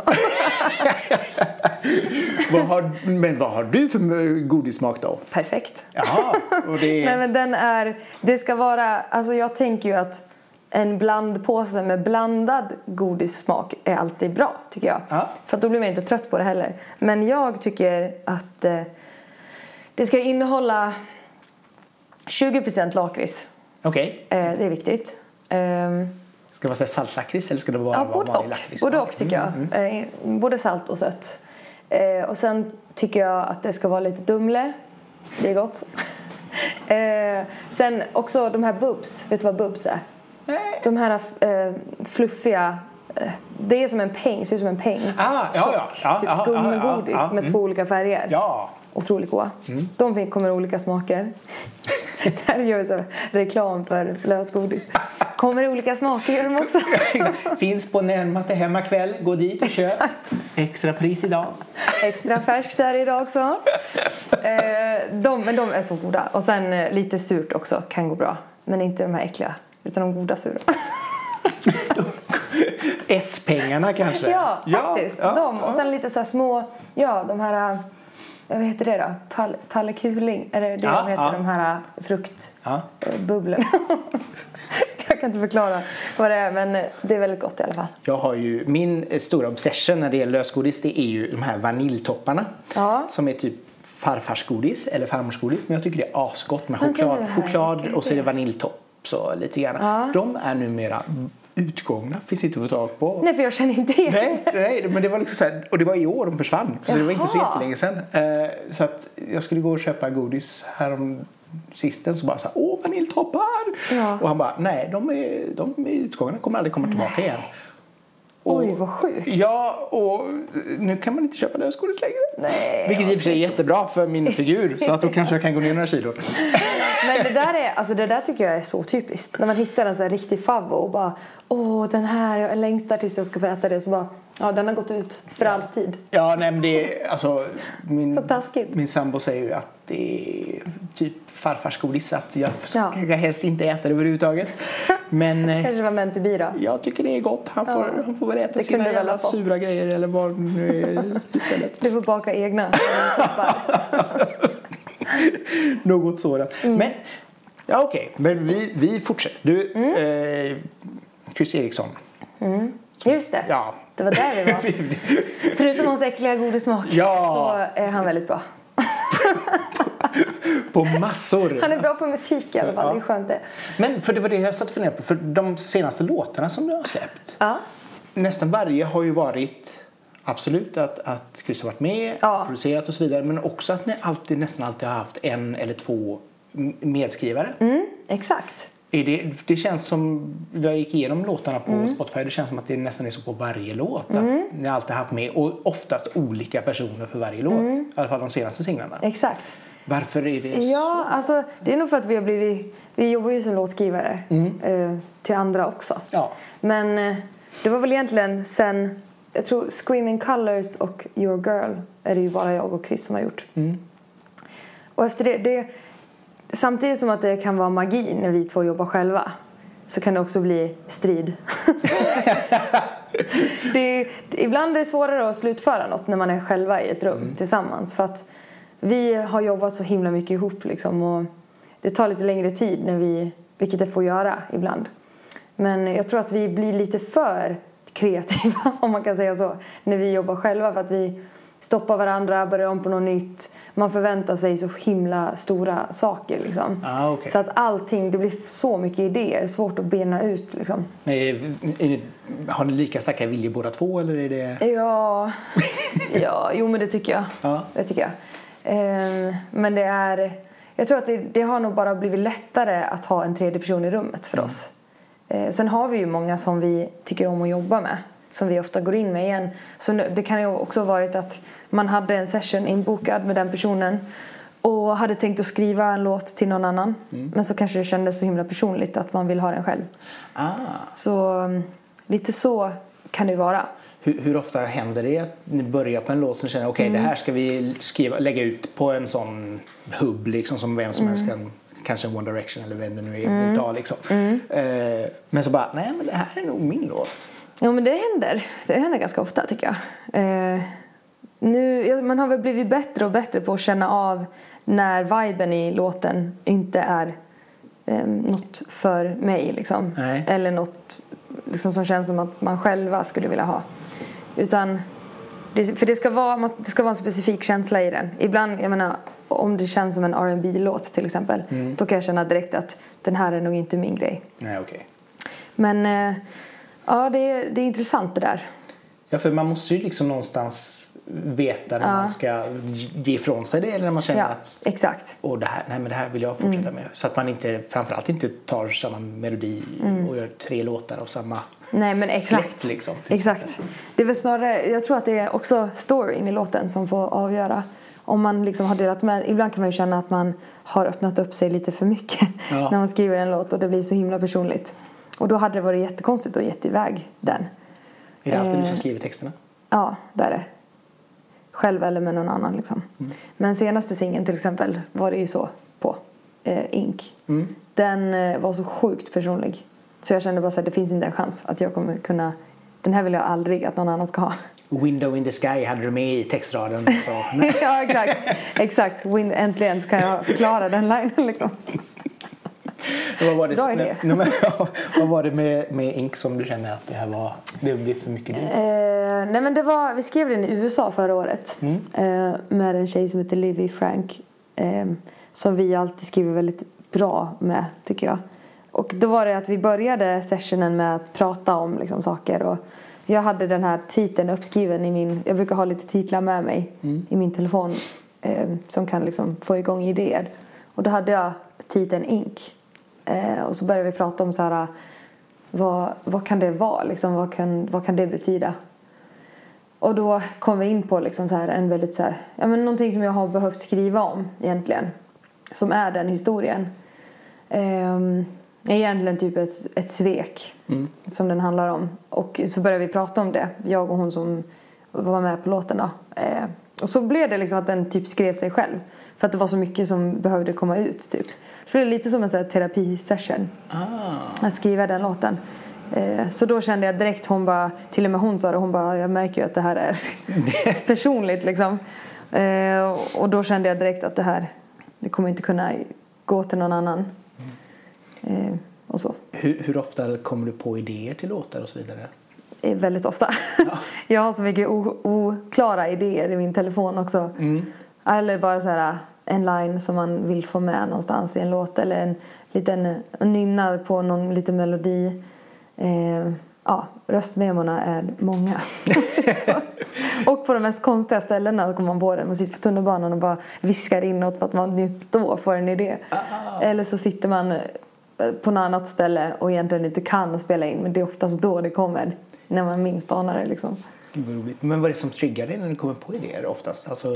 vad har, men vad har du för godissmak då? Perfekt. Jaha, och det... Nej men den är, det ska vara, alltså jag tänker ju att en blandpåse med blandad godissmak är alltid bra tycker jag. Ja. För då blir man inte trött på det heller. Men jag tycker att eh, det ska innehålla tjugo procent lakrits. Okej. Okay. Eh, det är viktigt. Um, ska det vara saltlakrits eller ska det vara ja, vanlig och, lakrits? Både och tycker jag. Mm, mm. Eh, både salt och sött. Eh, och sen tycker jag att det ska vara lite Dumle. Det är gott. eh, sen också de här bubs. Vet du vad bubs är? Nej. De här eh, fluffiga Det är som en peng, ser ut som en peng. Ah, ja, ja. Ja, typ aha, skumgodis ja, ja, med mm. två olika färger. Ja. Otroligt goda. Mm. De kommer olika smaker. Där gör vi så reklam för lösgodis. Kommer olika smaker gör de också. Finns på närmaste hemmakväll. Gå dit och köp. Extra pris idag. Extra färskt där idag också. Eh, de, men de är så goda. Och sen eh, lite surt också kan gå bra. Men inte de här äckliga. Utan de goda sura. S-pengarna kanske. Ja, faktiskt. Ja, de. ja. Och sen lite så här små. Ja, de här. Vad heter det då? Pal- pallekuling. Är det det ja, de heter? Ja. De här fruktbubblorna. Ja. Jag kan inte förklara vad det är. Men det är väldigt gott i alla fall. Jag har ju min stora obsession när det gäller lösgodis. Det är ju de här vaniljtopparna. Ja. Som är typ farfarsgodis eller farmorsgodis. Men jag tycker det är asgott med Men choklad, det här, choklad det och så är det vaniljtopp. Så lite grann. Ja. De är numera utgångna. Finns inte att få tag på. Nej, för jag känner inte igen. Nej, nej, men det var liksom så här, och det var i år de försvann. Så Jaha. det var inte så jättelänge sedan. Eh, så att jag skulle gå och köpa godis här om sisten så bara så här, åh vaniljtoppar. Ja. Och han bara, nej, de är, de är utgångna, kommer aldrig komma tillbaka igen. Och, Oj, vad sjukt. Ja, och nu kan man inte köpa lösgodis längre. Nej. Vilket i och för sig är jättebra för min figur. Så att då kanske jag kan gå ner några kilo. Men det där, är, alltså det där tycker jag är så typiskt. När man hittar en sån här riktig favvo och bara, åh den här, jag längtar tills jag ska få äta det. Så bara, ja den har gått ut för alltid. Ja, nej men det är, alltså min, Så taskigt. min sambo säger ju att det är typ farfarsgodis. Att jag ska Ja. helst inte äta det överhuvudtaget. Men eh, Kanske var meant to be då. jag tycker det är gott. Han får, Ja. han får väl äta Det sina kunde du väl jävla ha fått. sura grejer eller vad det nu är istället. Du får baka egna soppar. Något sådant. Mm. Men, ja okej. Men vi, vi fortsätter. Du, Mm. eh, Chris Eriksson. Mm. Just det. Ja. Det var där vi var. Förutom hans äckliga godismak Ja. så är han väldigt bra. På massor. Han är bra på musik i alla fall. Ja. Det är skönt det. Men för det var det jag satt och funderade på. För de senaste låtarna som du har släppt. Ja. Nästan varje har ju varit absolut att, att Chris har varit med, Ja. producerat och så vidare. Men också att ni alltid, nästan alltid har haft en eller två medskrivare. Mm, exakt. Är det, det känns som, jag gick igenom låtarna på Mm. Spotify, det känns som att det nästan är så på varje låt. Mm. Att ni alltid haft med, och oftast olika personer för varje låt. Mm. I alla fall de senaste singlarna. Exakt. Varför är det Ja, så? alltså det är nog för att vi har blivit, vi jobbar ju som låtskrivare Mm. eh, till andra också. Ja. Men eh, det var väl egentligen sen, jag tror Screaming Colors och Your Girl är det ju bara jag och Chris som har gjort. Mm. Och efter det, det, samtidigt som att det kan vara magi när vi två jobbar själva, så kan det också bli strid. det är, ibland är det svårare att slutföra något när man är själva i ett rum mm. tillsammans. För att vi har jobbat så himla mycket ihop liksom, och det tar lite längre tid när vi, vilket det får göra ibland. Men jag tror att vi blir lite för kreativa, om man kan säga så, när vi jobbar själva. För att vi stoppar varandra, börjar om på något nytt. Man förväntar sig så himla stora saker liksom. Ah, okay. Så att allting, det blir så mycket idéer, svårt att bena ut liksom. Men är det, är det, har ni lika starka viljor båda två eller är det? Ja, ja jo men det tycker jag. Ja. Det tycker jag. Ehm, men det är, jag tror att det, det har nog bara blivit lättare att ha en tredje person i rummet för mm. oss. Ehm, sen har vi ju många som vi tycker om att jobba med, som vi ofta går in med igen. Så det kan ju också ha varit att man hade en session inbokad med den personen och hade tänkt att skriva en låt till någon annan. Mm. Men så kanske det kändes så himla personligt att man vill ha den själv. Ah. Så lite så kan det vara. Hur, hur ofta händer det att ni börjar på en låt som känner okej okay, mm. det här ska vi skriva, lägga ut på en sån hubb liksom, som vem som mm. helst kan, kanske en One Direction eller vem det nu är mm. utav liksom. Mm. Eh, men så bara, nej men det här är nog min låt. Ja men det händer, det händer ganska ofta tycker jag. Eh, nu, man har väl blivit bättre och bättre på att känna av när viben i låten inte är eh, något för mig liksom. Nej. Eller något liksom, som känns som att man själva skulle vilja ha. Utan det, för det ska, vara, det ska vara en specifik känsla i den. Ibland, jag menar, om det känns som en R and B-låt till exempel, mm. då kan jag känna direkt att den här är nog inte min grej. Nej, okej. Okay. Men eh, ja, det är, det är intressant det där. Ja, för man måste ju liksom någonstans veta när ja. man ska ge ifrån sig det eller när man känner ja, att exakt. Och det här, nej men det här vill jag fortsätta mm. med. Så att man inte, framförallt inte tar samma melodi mm. och gör tre låtar av samma Nej, men exakt. släkt liksom. Exakt. Det är väl snarare, jag tror att det är också storyn i låten som får avgöra. Om man liksom har delat med, ibland kan man ju känna att man har öppnat upp sig lite för mycket ja. när man skriver en låt och det blir så himla personligt. Och då hade det varit jättekonstigt att gett iväg den. Är det alltid eh, du som skriver texterna? Ja, det är det. Själv eller med någon annan liksom. Mm. Men senaste singeln till exempel var det ju så på eh, Ink. Mm. Den eh, var så sjukt personlig. Så jag kände bara att det finns inte en chans att jag kommer kunna, den här vill jag aldrig att någon annan ska ha. Window in the sky hade du med i textraden. Så. Ja, exakt. Exakt. Wind, äntligen ska jag förklara den linen liksom. Vad var det, Bra idé. Nej, men, vad var det med, med Ink som du kände att det här var, det blev för mycket? Eh, nej men det var, vi skrev den i U S A förra året. Mm. Eh, med en tjej som heter Livy Frank. Eh, som vi alltid skriver väldigt bra med, tycker jag. Och då var det att vi började sessionen med att prata om liksom, saker. Och jag hade den här titeln uppskriven i min, jag brukar ha lite titlar med mig mm. i min telefon. Eh, som kan liksom få igång idéer. Och då hade jag titeln Ink. Eh, och så började vi prata om så här, vad, vad kan det vara liksom, vad kan, vad kan det betyda? Och då kom vi in på liksom så här, en väldigt så här, ja, men någonting som jag har behövt skriva om egentligen, som är den historien. Eh, egentligen typ ett, ett svek mm. som den handlar om. Och så började vi prata om det, jag och hon som var med på låten då. Eh, och så blev det liksom att den typ skrev sig själv, för att det var så mycket som behövde komma ut typ. Så det är lite som en sån här terapisession. Ah. Att skriva den låten. Eh, så då kände jag direkt, hon bara, till och med hon sa det, hon bara, jag märker ju att det här är personligt liksom. Eh, och då kände jag direkt att det här, det kommer inte kunna gå till någon annan. Eh, och så. Hur, hur ofta kommer du på idéer till låtar och så vidare? Eh, väldigt ofta. Ja. Jag har så mycket o- oklara idéer i min telefon också. Mm. Eller bara så här, en line som man vill få med någonstans i en låt. Eller en liten nynnar på någon liten melodi. Eh, ja, röstmemorna är många. Och på de mest konstiga ställena kommer man på det. Man sitter på tunnelbanan och bara viskar inåt för att man står för en idé. Ah. Eller så sitter man på något annat ställe och egentligen inte kan spela in. Men det är oftast då det kommer. När man minst anar det liksom. Men vad är det som triggar dig när du kommer på idéer oftast? Alltså...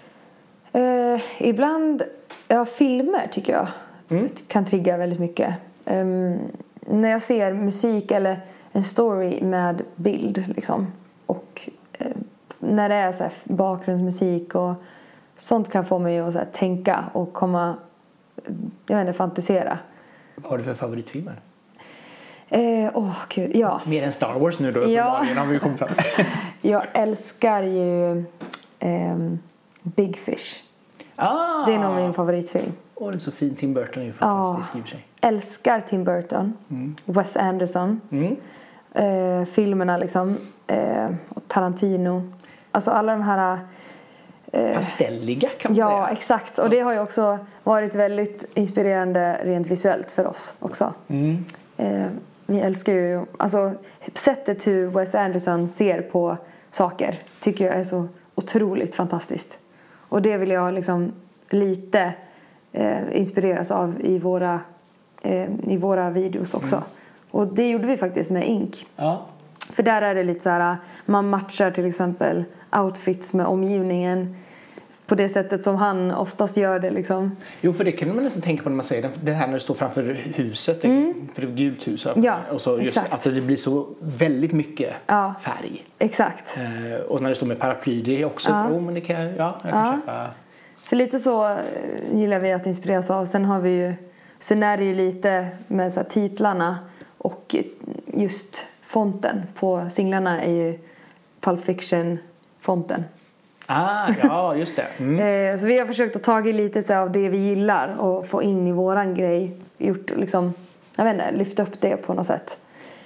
Uh, ibland, ja, filmer tycker jag mm. kan trigga väldigt mycket. Um, när jag ser musik eller en story med bild liksom, och uh, när det är så här bakgrundsmusik och sånt kan få mig att så här tänka och komma, jag vet inte, fantisera. Vad har du för favoritfilmer? Åh uh, oh, gud, ja. Mer än Star Wars nu då, ja. har vi kommit fram. Jag älskar ju um, Big Fish. Ah. Det är nog min favoritfilm. Åh, det är så fin. Tim Burton är ju fantastisk i och för sig. Älskar Tim Burton. Mm. Wes Anderson. Mm. Eh, filmerna liksom. Eh, och Tarantino. Alltså alla de här... Eh, pastelliga kan man ja, säga. Ja, exakt. Och det har ju också varit väldigt inspirerande rent visuellt för oss också. Mm. Eh, vi älskar ju... Alltså, sättet hur Wes Anderson ser på saker tycker jag är så otroligt fantastiskt. Och det vill jag liksom lite eh, inspireras av i våra, eh, i våra videos också. Mm. Och det gjorde vi faktiskt med Ink. Ja. För där är det lite så här, man matchar till exempel outfits med omgivningen på det sättet som han oftast gör det liksom. Jo, för det kan man nästan tänka på när man säger det här när det står framför huset, mm. för det är ett gult hus. Ja, och så just att alltså det blir så väldigt mycket ja, färg. Exakt. Eh, och när det står med paraply, det är också, ja. oh, men det kan, ja, jag kan ja. köpa. Så lite så gillar vi att inspireras av. Sen har vi ju, sen är det ju lite med så här titlarna och just fonten på singlarna är ju Pulp Fiction-fonten. Ah, ja, just det. Mm. Så vi har försökt att ta lite så av det vi gillar och få in i våran grej. Gjort liksom, jag vet inte, lyfta upp det på något sätt.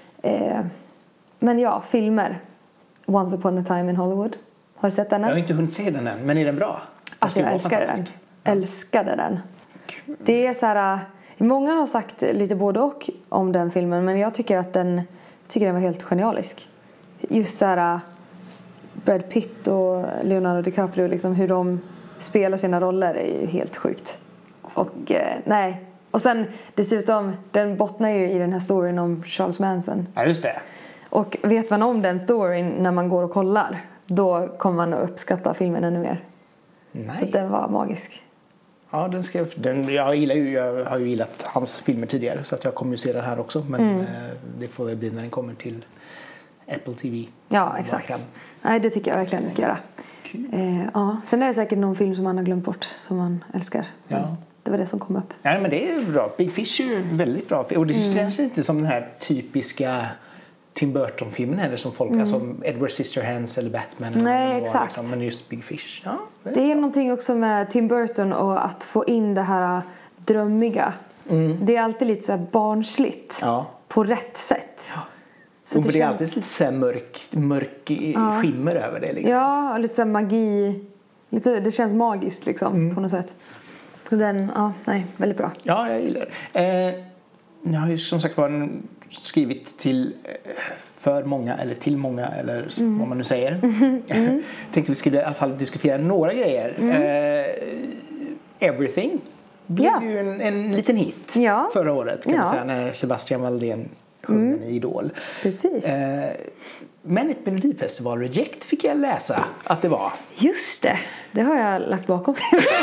Men ja, filmer. Once upon a time in Hollywood. Har du sett den? Jag har inte hunnit se den än, men är den bra? Alltså jag älskar den. Älskade den. Det är så här, många har sagt lite både och om den filmen, men jag tycker att den tycker den var helt genialisk. Just så här Brad Pitt och Leonardo DiCaprio liksom, hur de spelar sina roller är ju helt sjukt. Och eh, nej, och sen dessutom den bottnar ju i den här storyn om Charles Manson. Ja, just det. Och vet man om den storyn när man går och kollar, då kommer man att uppskatta filmen ännu mer. Nej. Så den var magisk. Ja, den skrev, den, jag, gillar ju, jag har ju gillat hans filmer tidigare så att jag kommer ju se den här också. Men mm. eh, det får väl bli när den kommer till Apple T V. Ja, exakt. Nej, det tycker jag verkligen det ska göra. Eh, ja. Sen är det säkert någon film som man har glömt bort som man älskar. Ja. Det var det som kom upp. Ja, men det är bra. Big Fish är ju väldigt bra. Och det mm. känns inte som den här typiska Tim Burton-filmen heller som folk, mm. alltså Edward Scissorhands eller Batman. Nej, eller exakt. Liksom, men just Big Fish, ja. Det är, det är någonting också med Tim Burton och att få in det här drömmiga. Mm. Det är alltid lite så här barnsligt. Ja. På rätt sätt. Ja. Så och det, det känns... är alltid lite så här mörk, mörk ja. skimmer över det liksom. Ja, och lite så här magi. Lite, det känns magiskt liksom mm. på något sätt. Så den, ja, nej, väldigt bra. Ja, jag gillar det. Eh, jag har ju som sagt var skrivit till för många eller till många eller mm. vad man nu säger. Mm. Mm. Tänkte vi skulle i alla fall diskutera några grejer. Mm. Eh, Everything blev ja. ju en, en liten hit ja. förra året kan ja. man säga när Sebastian Valdén sjunger mm. i Idol. Precis. Eh, men ett Melodifestival-reject fick jag läsa att det var. Just det, det har jag lagt bakom.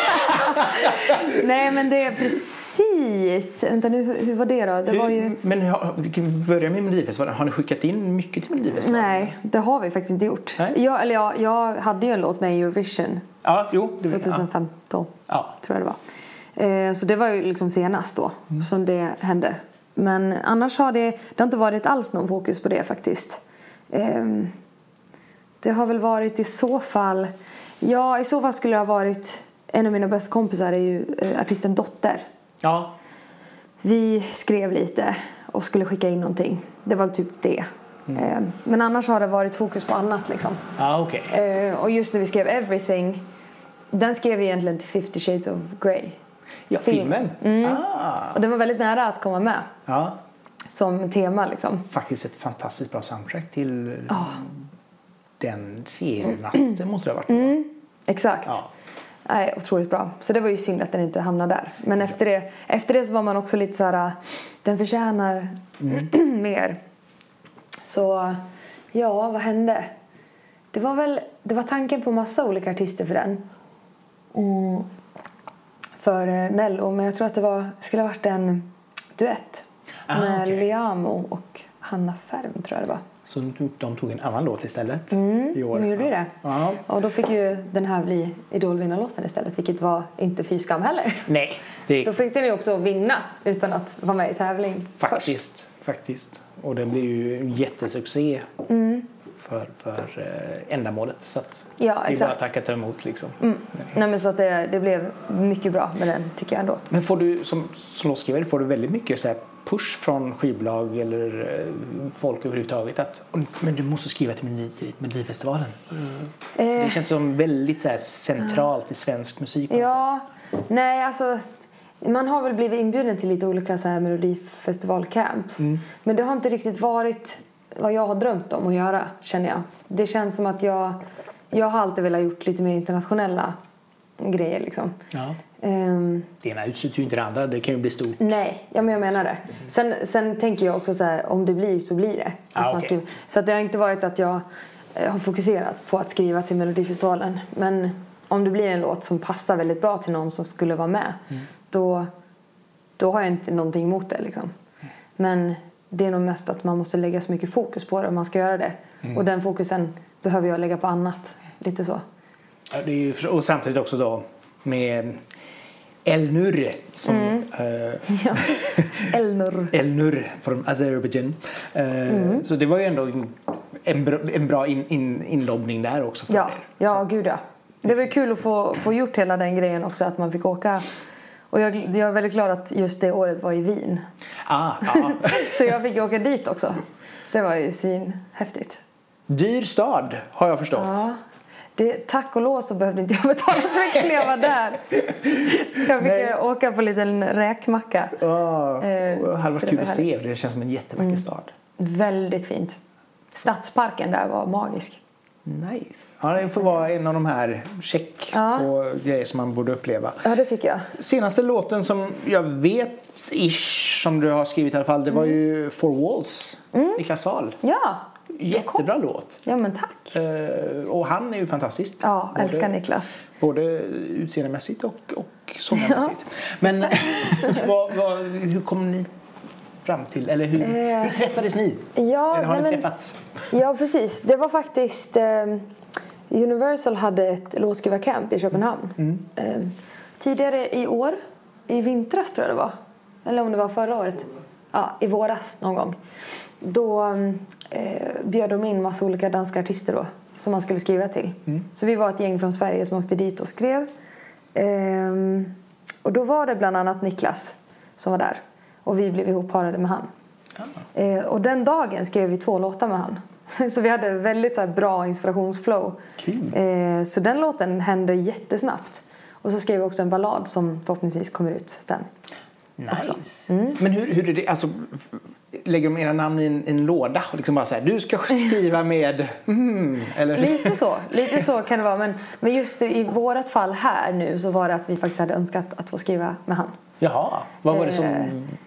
Nej, men det är precis. Vänta nu, hur var det då? Det hur, var ju... Men vi kan börja med Melodifestivalen. Har ni skickat in mycket till Melodifestivalen? Nej, det har vi faktiskt inte gjort. Jag, eller jag, jag hade ju en låt med i Eurovision. Ja, jo. Det tjugohundrafemton ja. tror jag det var. Så det var ju liksom senast då mm. som det hände. Men annars har det, det har inte varit alls någon fokus på det faktiskt. Um, det har väl varit i så fall, ja i så fall skulle det ha varit, en av mina bästa kompisar är ju uh, artisten Dotter. Ja. Vi skrev lite och skulle skicka in någonting. Det var typ det. Mm. Um, men annars har det varit fokus på annat liksom. Ja, okej. Okay. Uh, och just när vi skrev Everything, den skrev vi egentligen till Fifty Shades of Grey. Ja, filmen. Mm. Ah. Och den var väldigt nära att komma med. Ja. Som tema liksom. Faktiskt ett fantastiskt bra soundtrack till oh. den serien. Det måste det ha varit. Mm. Exakt. Ja. Nej, otroligt bra. Så det var ju synd att den inte hamnade där. Men efter det, efter det så var man också lite så här, den förtjänar mm. mer. Så ja, vad hände? Det var väl, det var tanken på massa olika artister för den. Mm. För eh, Mello, men jag tror att det var, skulle ha varit en duett. Ah, med okay. Liamo och Hanna Färm tror jag det var. Så de tog en annan låt istället? Mm, i år. de gjorde det. Ja. Och då fick ju den här bli Idolvinnarlåten istället. Vilket var inte fy skam heller. Nej. Det... Då fick den ju också vinna utan att vara med i tävling Faktiskt, först. faktiskt. Och den blev ju en jättesuccé mm. för, för äh, ändamålet. Så att ja, vi exakt. bara tackar ta emot liksom. Mm. Nej, men så att det, det blev mycket bra med den tycker jag ändå. Men får du som, som låtskrivare får du väldigt mycket så här push från skivbolag eller eh, folk överhuvudtaget att men du måste skriva till Melodifestivalen. Mm. Eh. Det känns som väldigt så här centralt mm. i svensk musik. Ja, nej alltså man har väl blivit inbjuden till lite olika så här Melodifestivalcamps. Mm. Men det har inte riktigt varit vad jag har drömt om att göra, känner jag. Det känns som att jag jag har alltid velat gjort lite mer internationella grejer liksom. Ja. Um, det ena utsätter ju inte det andra, det kan ju bli stort. Nej, ja, men jag menar det. Sen, sen tänker jag också så här, om det blir så blir det. Ah, att man okay. skriver. Så att det har inte varit att jag eh, har fokuserat på att skriva till Melodifestivalen. Men om det blir en låt som passar väldigt bra till någon som skulle vara med, mm. då, då har jag inte någonting emot det liksom. Mm. Men det är nog mest att man måste lägga så mycket fokus på det om man ska göra det. Mm. Och den fokusen behöver jag lägga på annat. Lite så. Ja, det är ju, och samtidigt också då med Elnur som mm. äh, ja. Elnur Elnur från Azerbaijan. Äh, mm. Så det var ju ändå en bra, en bra in, in, inlobbning där också för ja. er. Ja, att, gud ja. Det var kul att få, få gjort hela den grejen också, att man fick åka. Och jag, jag är väldigt glad att just det året var i Wien. Ah, ah. Så jag fick åka dit också. Så det var ju svinhäftigt. Dyr stad har jag förstått. Ja. Det, tack och lov så behövde inte jag betala så mycket när jag var där. Jag fick Nej. åka på en liten räkmacka. Oh, eh, halva kul att se. Det känns som en jättevacker mm. stad. Väldigt fint. Stadsparken där var magisk. Nice. Ja, det får vara en av de här check ja. på grejer som man borde uppleva. Ja, det tycker jag. Senaste låten som jag vet ish som du har skrivit i alla fall, det var mm. ju Four Walls. Mm. Niklas Wahl. Ja. jättebra låt. Ja, men tack. Uh, och han är ju fantastisk. Ja, både, älskar Niklas. Både utseendemässigt och, och sångarmässigt. Ja. Men vad, vad, hur kom ni fram till, eller hur, eh, hur träffades ni? Ja, eller har nej, ni men, träffats? Ja, precis. Det var faktiskt... Eh, Universal hade ett låtskrivarcamp i Köpenhamn. Mm. Eh, tidigare i år, i vintras tror jag det var. Eller om det var förra året. Ja, i våras någon gång. Då eh, bjöd de in massa olika danska artister då. Som man skulle skriva till. Mm. Så vi var ett gäng från Sverige som åkte dit och skrev. Eh, och då var det bland annat Niklas som var där. Och vi blev ihopparade med han. Ah. Eh, och den dagen skrev vi två låtar med han. Så vi hade väldigt så här, bra inspirationsflow. Eh, så den låten hände jättesnabbt. Och så skrev vi också en ballad som förhoppningsvis kommer ut sen. Nice. Mm. Men hur, hur är det? Alltså, lägger de era namn i en, en låda och liksom bara så här, du ska skriva med... Mm, eller? Lite så, lite så kan det vara. Men, men just i vårat fall här nu så var det att vi faktiskt hade önskat att få skriva med han. Jaha, vad var det som... Eh,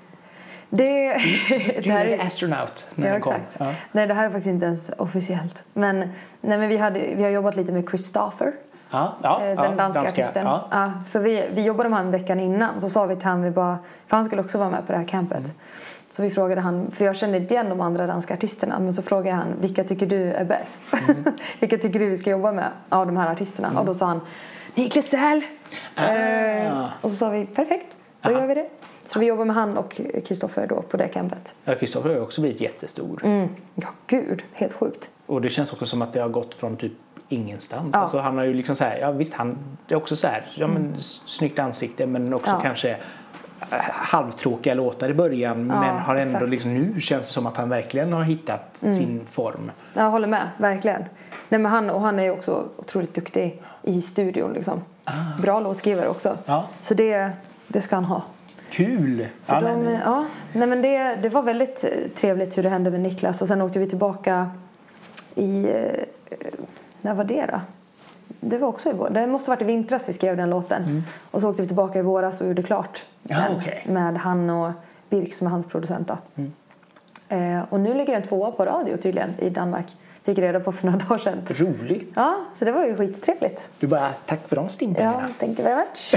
Det, det här är astronaut när ja, den kom. Exakt. Ja. Nej, det här är faktiskt inte ens officiellt. Men, nej, men vi, hade, vi har jobbat lite med Christopher. Ja, ja, den ja, danska, danska artisten. Ja. Ja, så vi, vi jobbade med han veckan innan. Så sa vi till han, vi bara, för han skulle också vara med på det här campet. Mm. Så vi frågade han, för jag kände inte igen de andra danska artisterna. Men så frågade han, vilka tycker du är bäst? Mm. Vilka tycker du vi ska jobba med av de här artisterna? Mm. Och då sa han, Niklas Sähl! Ah. Eh, och så sa vi, perfekt, då Aha. gör vi det. Så vi jobbar med han och Kristoffer då på det campet. Ja, Kristoffer har ju också blivit jättestor. Mm. Ja, gud, helt sjukt. Och det känns också som att det har gått från typ ingenstans. Ja. Alltså han har ju liksom så här, ja visst han det är också så här, ja men snyggt ansikte men också ja. kanske halvtråkiga låtar i början ja, men har ändå exakt. liksom nu känns det som att han verkligen har hittat mm. sin form. Jag håller med, verkligen. Nej, men han, och han är ju också otroligt duktig i studion liksom. Ah. Bra låtskrivare också. Ja. Så det, det ska han ha. Kul! Så ja, de, nej. Ja, nej, men det, det var väldigt trevligt hur det hände med Niklas. Och sen åkte vi tillbaka i... När var det då? Det var också i vår. Det måste ha varit i vintras vi skrev den låten. Mm. Och så åkte vi tillbaka i våras och gjorde klart. Ja, med, okay. med han och Birk som är hans producent. Mm. Eh, och nu ligger den tvåa på radio tydligen i Danmark. Fick reda på för några dagar sedan. Roligt. Ja, så det var ju skittrevligt. Du bara, tack för de stimpengarna. Ja, thank you very much.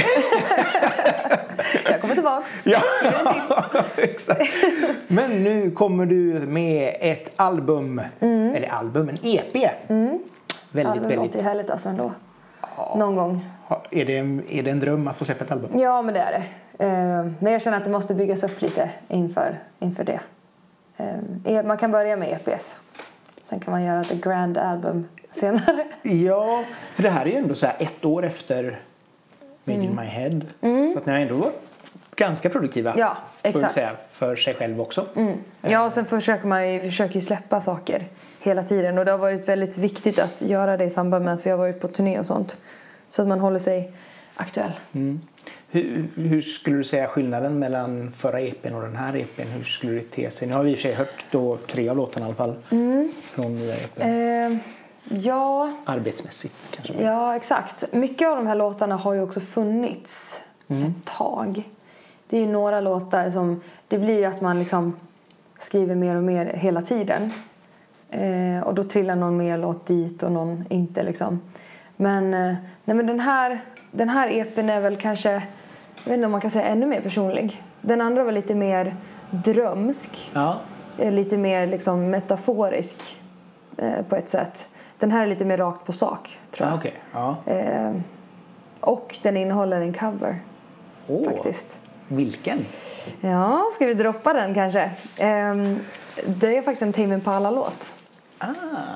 Jag kommer tillbaks. Ja, exakt. Men nu kommer du med ett album. Mm. Eller album, en E P. Mm. Väldigt, ja, det väldigt. låter ju härligt alltså ändå. Ja. Någon gång. Är det, en, är det en dröm att få släppa ett album? Ja, men det är det. Men jag känner att det måste byggas upp lite inför, inför det. Man kan börja med E P:s. Sen kan man göra ett grand album senare. Ja, för det här är ju ändå så här ett år efter Made mm. in my head. Mm. Så att ni har ändå varit ganska produktiva. Ja, exakt. För, säga, för sig själv också. Mm. Ja, och sen försöker man ju, försöker ju släppa saker hela tiden. Och det har varit väldigt viktigt att göra det i samband med att vi har varit på turné och sånt. Så att man håller sig aktuell. Mm. Hur, hur skulle du säga skillnaden mellan förra E P:n och den här E P:n? Hur skulle det te sig? Nu har vi i och för sig hört då tre av låtarna i alla fall. Mm. Från nya E P:n. Eh, ja. Arbetsmässigt kanske. Ja, exakt. Mycket av de här låtarna har ju också funnits mm. ett tag. Det är ju några låtar som... Det blir ju att man liksom skriver mer och mer hela tiden. Eh, och då trillar någon mer låt dit och någon inte liksom. Men, eh, nej, men den här... Den här E P:n är väl kanske, jag vet inte om man kan säga ännu mer personlig. Den andra var lite mer drömsk. Ja. Lite mer liksom metaforisk eh, på ett sätt. Den här är lite mer rakt på sak, tror jag. Ah, okay. Ja. Eh, och den innehåller en cover, oh, faktiskt. Vilken? Ja, ska vi droppa den kanske? Eh, det är faktiskt en Tame Impala-låt. Ah.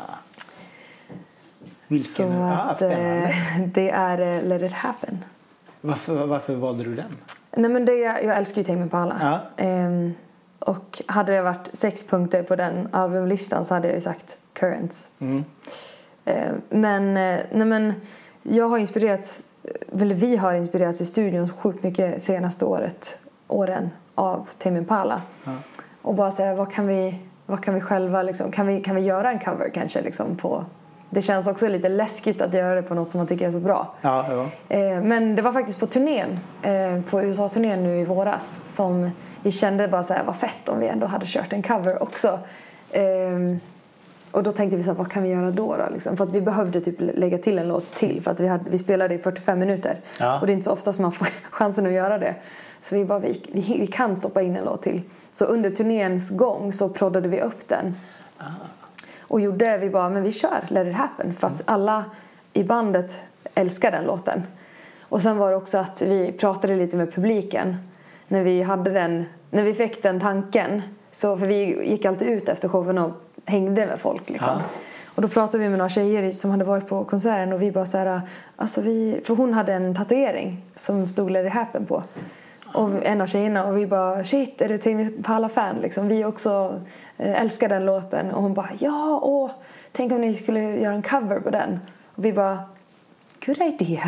Vilken? Så att, ah, det är Let It Happen. Varför, varför valde du den? Nej, men det, jag älskar ju Tame Impala. Ja. Ehm, och hade det varit sex punkter på den albumlistan så hade jag ju sagt Currents. Mm. Ehm, men, nej, men jag har inspirerats, eller vi har inspirerats i studion sjukt mycket senaste året, åren av Tame Impala. Ja. Och bara säga, vad kan vi, vad kan vi själva liksom, kan vi, kan vi göra en cover kanske liksom på... Det känns också lite läskigt att göra det på något som man tycker är så bra. Ja, ja. Eh, men det var faktiskt på turnén, eh, på U S A-turnén nu i våras, som vi kände bara så här, vad fett om vi ändå hade kört en cover också. Eh, och då tänkte vi så här, vad kan vi göra då, då liksom? För att vi behövde typ lägga till en låt till. För att vi, hade, vi spelade i fyrtiofem minuter. Ja. Och det är inte så ofta som man får chansen att göra det. Så vi bara, vi, vi, vi kan stoppa in en låt till. Så under turnéns gång så proddade vi upp den. Ah. Och gjorde, vi bara, men vi kör Let It Happen. För att alla i bandet älskar den låten. Och sen var det också att vi pratade lite med publiken. När vi hade den, när vi fick den tanken. Så, för vi gick alltid ut efter showen och hängde med folk liksom. Ah. Och då pratade vi med några tjejer som hade varit på konserten. Och vi bara så här, alltså vi, för hon hade en tatuering som stod Let It Happen på. Och en av tjejerna, och vi bara, shit, är det till på alla fan liksom? Vi också äh, älskar den låten. Och hon bara, ja, åh, tänk om ni skulle göra en cover på den. Och vi bara, good idea.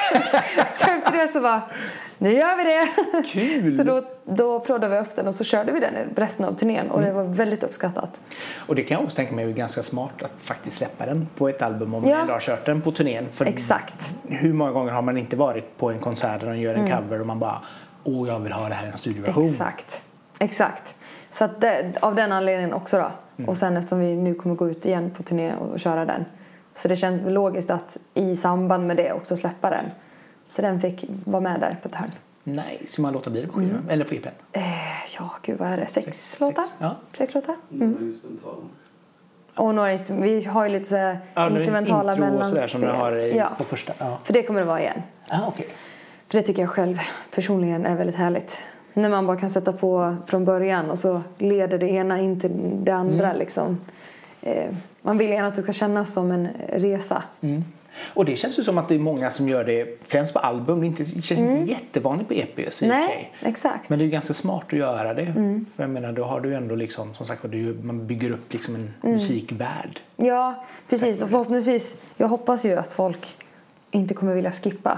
Så efter det så bara, nu gör vi det. Kul. Så då, då proddade vi upp den och så körde vi den resten av turnén. Och mm. det var väldigt uppskattat. Och det kan jag också tänka mig är ganska smart att faktiskt släppa den på ett album om ja. man har kört den på turnén. För exakt. Hur många gånger har man inte varit på en konsert där de gör en mm. cover och man bara, åh, jag vill ha det här i en studioversion. Exakt, exakt. Så att det, av den anledningen också då. Mm. Och sen eftersom vi nu kommer gå ut igen på turné och, och köra den. Så det känns logiskt att i samband med det också släppa den. Så den fick vara med där på ett hörn. Nej, så man låter bli det på skivan? Mm. Eller på E P:n? Eh, ja, gud vad är det? Sex, sex låtar? Sex, ja. Sex låtar? Mm. Några instrumentala. Och några instru- vi har ju lite så här ja, instrumentala mellanspel. Som du har i, ja. på första. Ja. För det kommer det vara igen. Ah, okay. För det tycker jag själv personligen är väldigt härligt. När man bara kan sätta på från början och så leder det ena in till det andra mm. liksom. Eh, man vill gärna att det ska kännas som en resa. Mm. Och det känns ju som att det är många som gör det främst på album. Det inte, känns mm. inte jättevanligt på E P. Nej, exakt. Men det är ganska smart att göra det. Mm. För jag menar, då har du ändå liksom, som sagt, man bygger upp liksom en mm. musikvärld. Ja, precis. Och förhoppningsvis, jag hoppas ju att folk inte kommer vilja skippa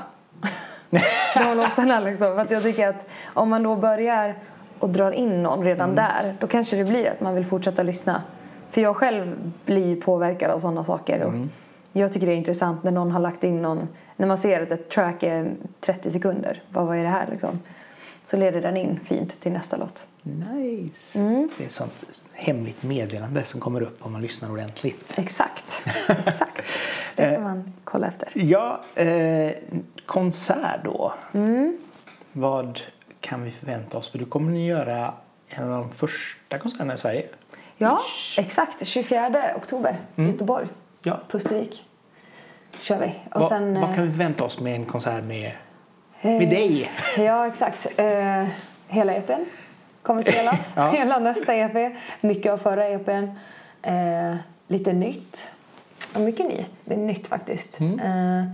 de låtarna liksom. För att jag tycker att om man då börjar och drar in någon redan mm. där, då kanske det blir att man vill fortsätta lyssna. För jag själv blir påverkad av sådana saker. Mm. Och jag tycker det är intressant när någon har lagt in någon, när man ser att ett track är trettio sekunder. Vad, vad är det här liksom? Så leder den in fint till nästa låt. Nice. Mm. Det är ett sånt hemligt meddelande som kommer upp om man lyssnar ordentligt. Exakt. Exakt. Så det kan man kolla efter. Ja, eh, konsert då. Mm. Vad kan vi förvänta oss? För du kommer ni göra en av de första konserterna i Sverige. Ja, Ish. exakt. tjugofjärde oktober i mm. Göteborg. Ja. Pustervik. Kör vi. Och Va, sen, vad kan vi förvänta oss med en konsert med, med eh, dig? Ja, exakt. Eh, hela E P:n kommer spelas. ja. Hela nästa E P. Mycket av förra E P:n. Eh, lite nytt. Och mycket ny. Det är nytt faktiskt. Mm. Eh,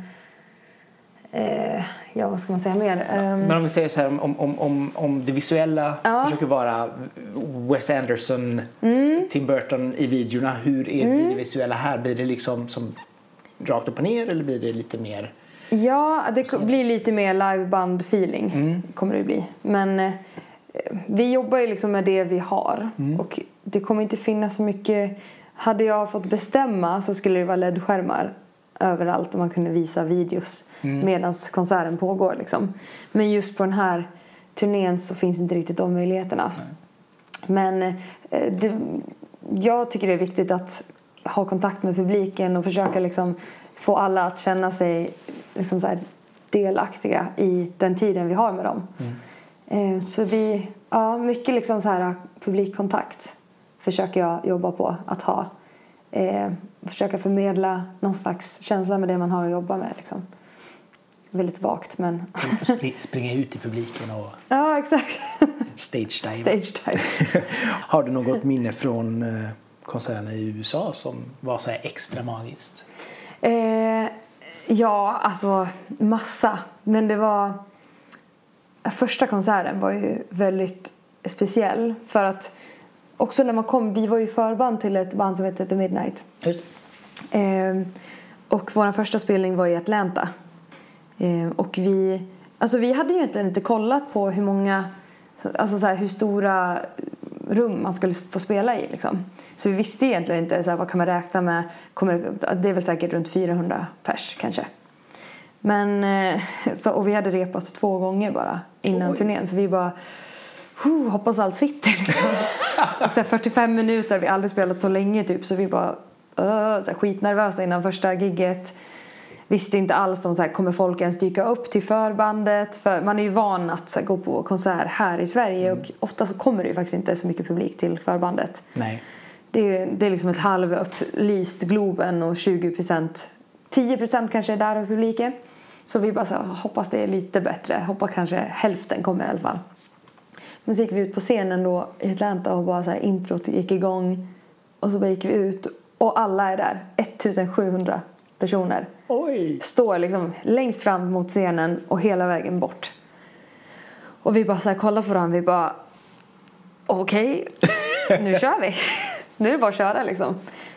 eh, ja, vad ska man säga mer? Eh, Men om vi säger så här, om, om, om, om det visuella ja. försöker vara Wes Anderson, mm. Tim Burton i videorna. Hur är mm. det visuella här? Blir det liksom som rakt upp och ner eller blir det lite mer? Ja, det så. blir lite mer liveband-feeling mm. kommer det bli. Men eh, vi jobbar ju liksom med det vi har. Mm. Och det kommer inte finnas så mycket. Hade jag fått bestämma så skulle det vara L E D-skärmar överallt och man kunde visa videos mm. medan konserten pågår liksom. Men just på den här turnén så finns inte riktigt de möjligheterna. Nej. Men eh, det, jag tycker det är viktigt att ha kontakt med publiken och försöka liksom få alla att känna sig liksom så här delaktiga i den tiden vi har med dem. Mm. Eh, så vi, ja, mycket liksom så här publikkontakt försöker jag jobba på att ha. Eh, försöka förmedla någon slags känsla med det man har att jobba med liksom. Väldigt vagt men springa ut i publiken och ja, exakt. Stage dive. Stage dive. Har du något minne från eh, konserterna i U S A som var så här extra magiskt? Eh, ja, alltså massa. Men det var första konserten var ju väldigt speciell för att också när man kom, vi var ju förband till ett band som heter The Midnight. Eh, och vår första spelning var i Atlanta. Eh, och vi, alltså vi hade ju egentligen inte kollat på hur många, alltså så här, hur stora rum man skulle få spela i liksom. Så vi visste egentligen inte så här, vad kan man räkna med. Kommer, det är väl säkert runt fyrahundra pers kanske. Men eh, så, och vi hade repat två gånger bara innan Oj. turnén. Så vi bara huh, hoppas allt sitter liksom. Och så här, fyrtiofem minuter, vi har aldrig spelat så länge typ. Så vi bara uh, så här, skitnervösa innan första gigget. Visste inte alls om så här, kommer folk ens dyka upp till förbandet. För man är ju van att så här, gå på konsert här i Sverige. Mm. Och ofta så kommer det ju faktiskt inte så mycket publik till förbandet. Nej. Det är, det är liksom ett halvupplyst Globen och tjugo procent, tio procent kanske är där av publiken. Så vi bara så här, hoppas det är lite bättre. Hoppas kanske hälften kommer i alla fall. Men så gick vi ut på scenen då i Atlanta och bara så här, introt gick igång. Och så bara gick vi ut och alla är där. ettusensjuhundra personer. Oj. Står liksom längst fram mot scenen och hela vägen bort. Och vi bara så här kollar på varandra. Vi bara, okej, okay, nu kör vi. Nu är det bara att köra liksom.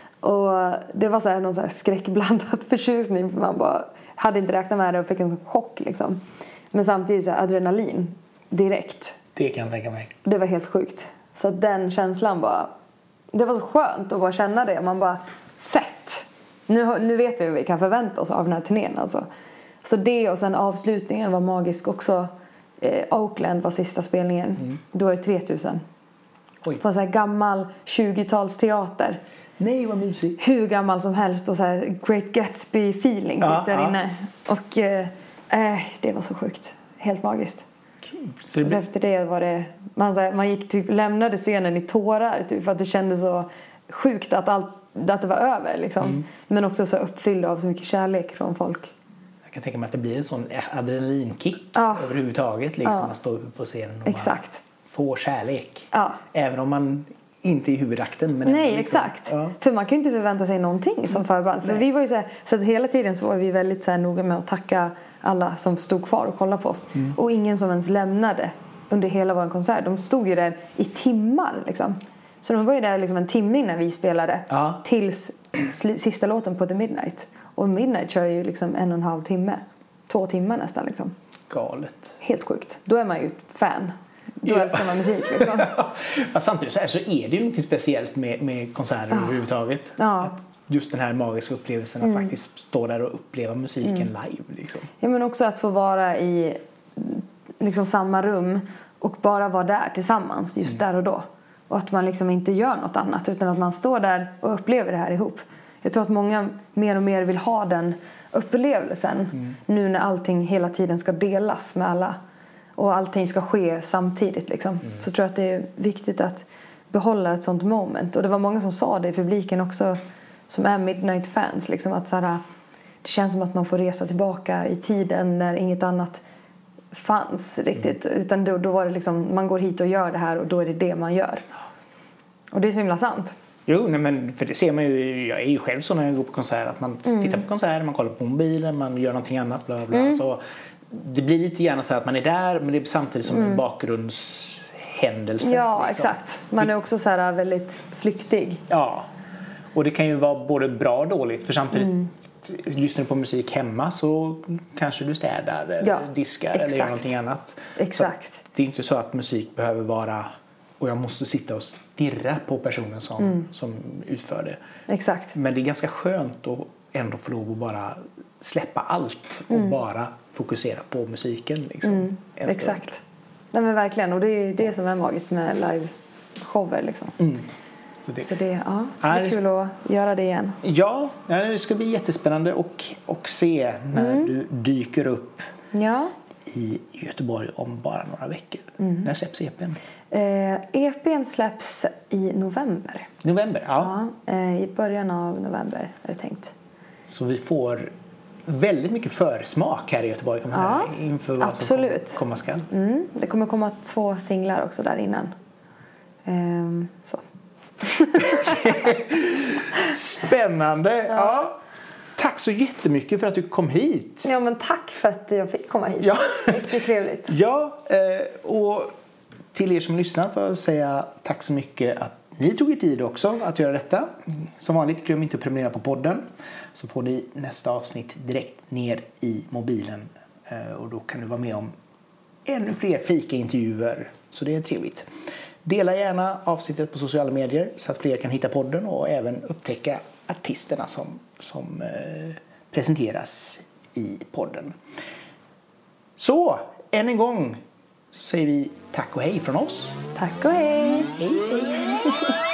Och det var så här någon så här skräckblandad förtjusning. För man bara hade inte räknat med det och fick en sån chock liksom. Men samtidigt så här adrenalin direkt. Det kan jag tänka mig. Det var helt sjukt. Så att den känslan bara, det var så skönt att bara känna det. Man bara, fett. Nu, nu vet vi vad vi kan förvänta oss av den här turnén alltså. Så det och sen avslutningen var magisk också. Eh, Oakland var sista spelningen. Mm. Då var det tre tusen. Oj. På en sån här gammal tjugotalsteater. Nej, vad mysigt. Hur gammal som helst och så här Great Gatsby-feeling ja, typ där ja. inne. Och eh, det var så sjukt. Helt magiskt. Så det... efter det var det, man, så här, man gick typ, lämnade scenen i tårar typ, för att det kändes så sjukt att, allt, att det var över liksom. Mm. Men också så uppfylld av så mycket kärlek från folk. Jag kan tänka mig att det blir en sån adrenalinkick ja. överhuvudtaget liksom, ja. att stå på scenen och exakt. få kärlek. Ja. Även om man inte är i huvudakten. Men nej, liksom, exakt. Ja. För man kan ju inte förvänta sig någonting som förband. För vi var ju så här, så att hela tiden så var vi väldigt så här noga med att tacka alla som stod kvar och kollade på oss. Mm. Och ingen som ens lämnade under hela vår konsert. De stod ju där i timmar liksom. Så de var ju där liksom en timme innan vi spelade. Ja. Tills sl- sista låten på The Midnight. Och Midnight kör ju liksom en och en halv timme. Två timmar nästan liksom. Galet. Helt sjukt. Då är man ju ett fan. Då ja. älskar man musik liksom. Ja, samtidigt så, här, så är det ju något speciellt med, med konserter ja. överhuvudtaget. Ja. Att just den här magiska upplevelsen mm. att faktiskt stå där och uppleva musiken mm. live. Liksom. Ja, men också att få vara i liksom samma rum och bara vara där tillsammans just mm. där och då. Och att man liksom inte gör något annat utan att man står där och upplever det här ihop. Jag tror att många mer och mer vill ha den upplevelsen mm. nu när allting hela tiden ska delas med alla. Och allting ska ske samtidigt liksom. Mm. Så tror jag att det är viktigt att behålla ett sånt moment. Och det var många som sa det i publiken också som är Midnight fans liksom, att så här, det känns som att man får resa tillbaka i tiden när inget annat fanns riktigt. Mm. Utan då, då var det liksom, man går hit och gör det här och då är det det man gör. Och det är så himla sant. Jo, nej, men för det ser man ju, jag är ju själv så när jag går på konsert att man mm. tittar på konserter, man kollar på mobilen, man gör någonting annat, bla bla. Mm. Så det blir lite gärna så att man är där, men det är samtidigt som mm. en bakgrundshändelse. Ja, liksom. exakt. Man är också så här väldigt flyktig. Ja, och det kan ju vara både bra och dåligt, för samtidigt mm. lyssnar du på musik hemma så kanske du städar eller ja, diskar exakt. eller gör någonting annat. Exakt. Så det är inte så att musik behöver vara och jag måste sitta och stirra på personen som, mm. som utför det. Exakt. Men det är ganska skönt att ändå få lov att bara släppa allt och mm. bara fokusera på musiken. Liksom, mm. Exakt. Nej, men verkligen. Och det är det som är magiskt med live-shower. Liksom. Mm. Så det, så det, ja, så det är kul att göra det igen. Ja, det ska bli jättespännande och, och se när mm. du dyker upp ja. i Göteborg om bara några veckor. Mm. När släpps E P:n? Eh, E P:n släpps i november. November, ja. ja eh, I början av november är det tänkt. Så vi får väldigt mycket försmak här i Göteborg ja, här, inför vad absolut. som komma skall. Mm, det kommer komma två singlar också där innan. Eh, så. Spännande. Ja. Ja. Tack så jättemycket för att du kom hit. Ja, men tack för att jag fick komma hit. Ja. Mycket trevligt. Ja, och till er som lyssnar får jag säga tack så mycket att ni tog er tid också att göra detta. Som vanligt, glöm inte att prenumerera på podden. Så får ni nästa avsnitt direkt ner i mobilen. Och då kan du vara med om ännu fler fika-intervjuer. Så det är trevligt. Dela gärna avsnittet på sociala medier så att fler kan hitta podden och även upptäcka artisterna som, som eh, presenteras i podden. Så, än en gång så säger vi tack och hej från oss. Tack och hej. Hej, hej.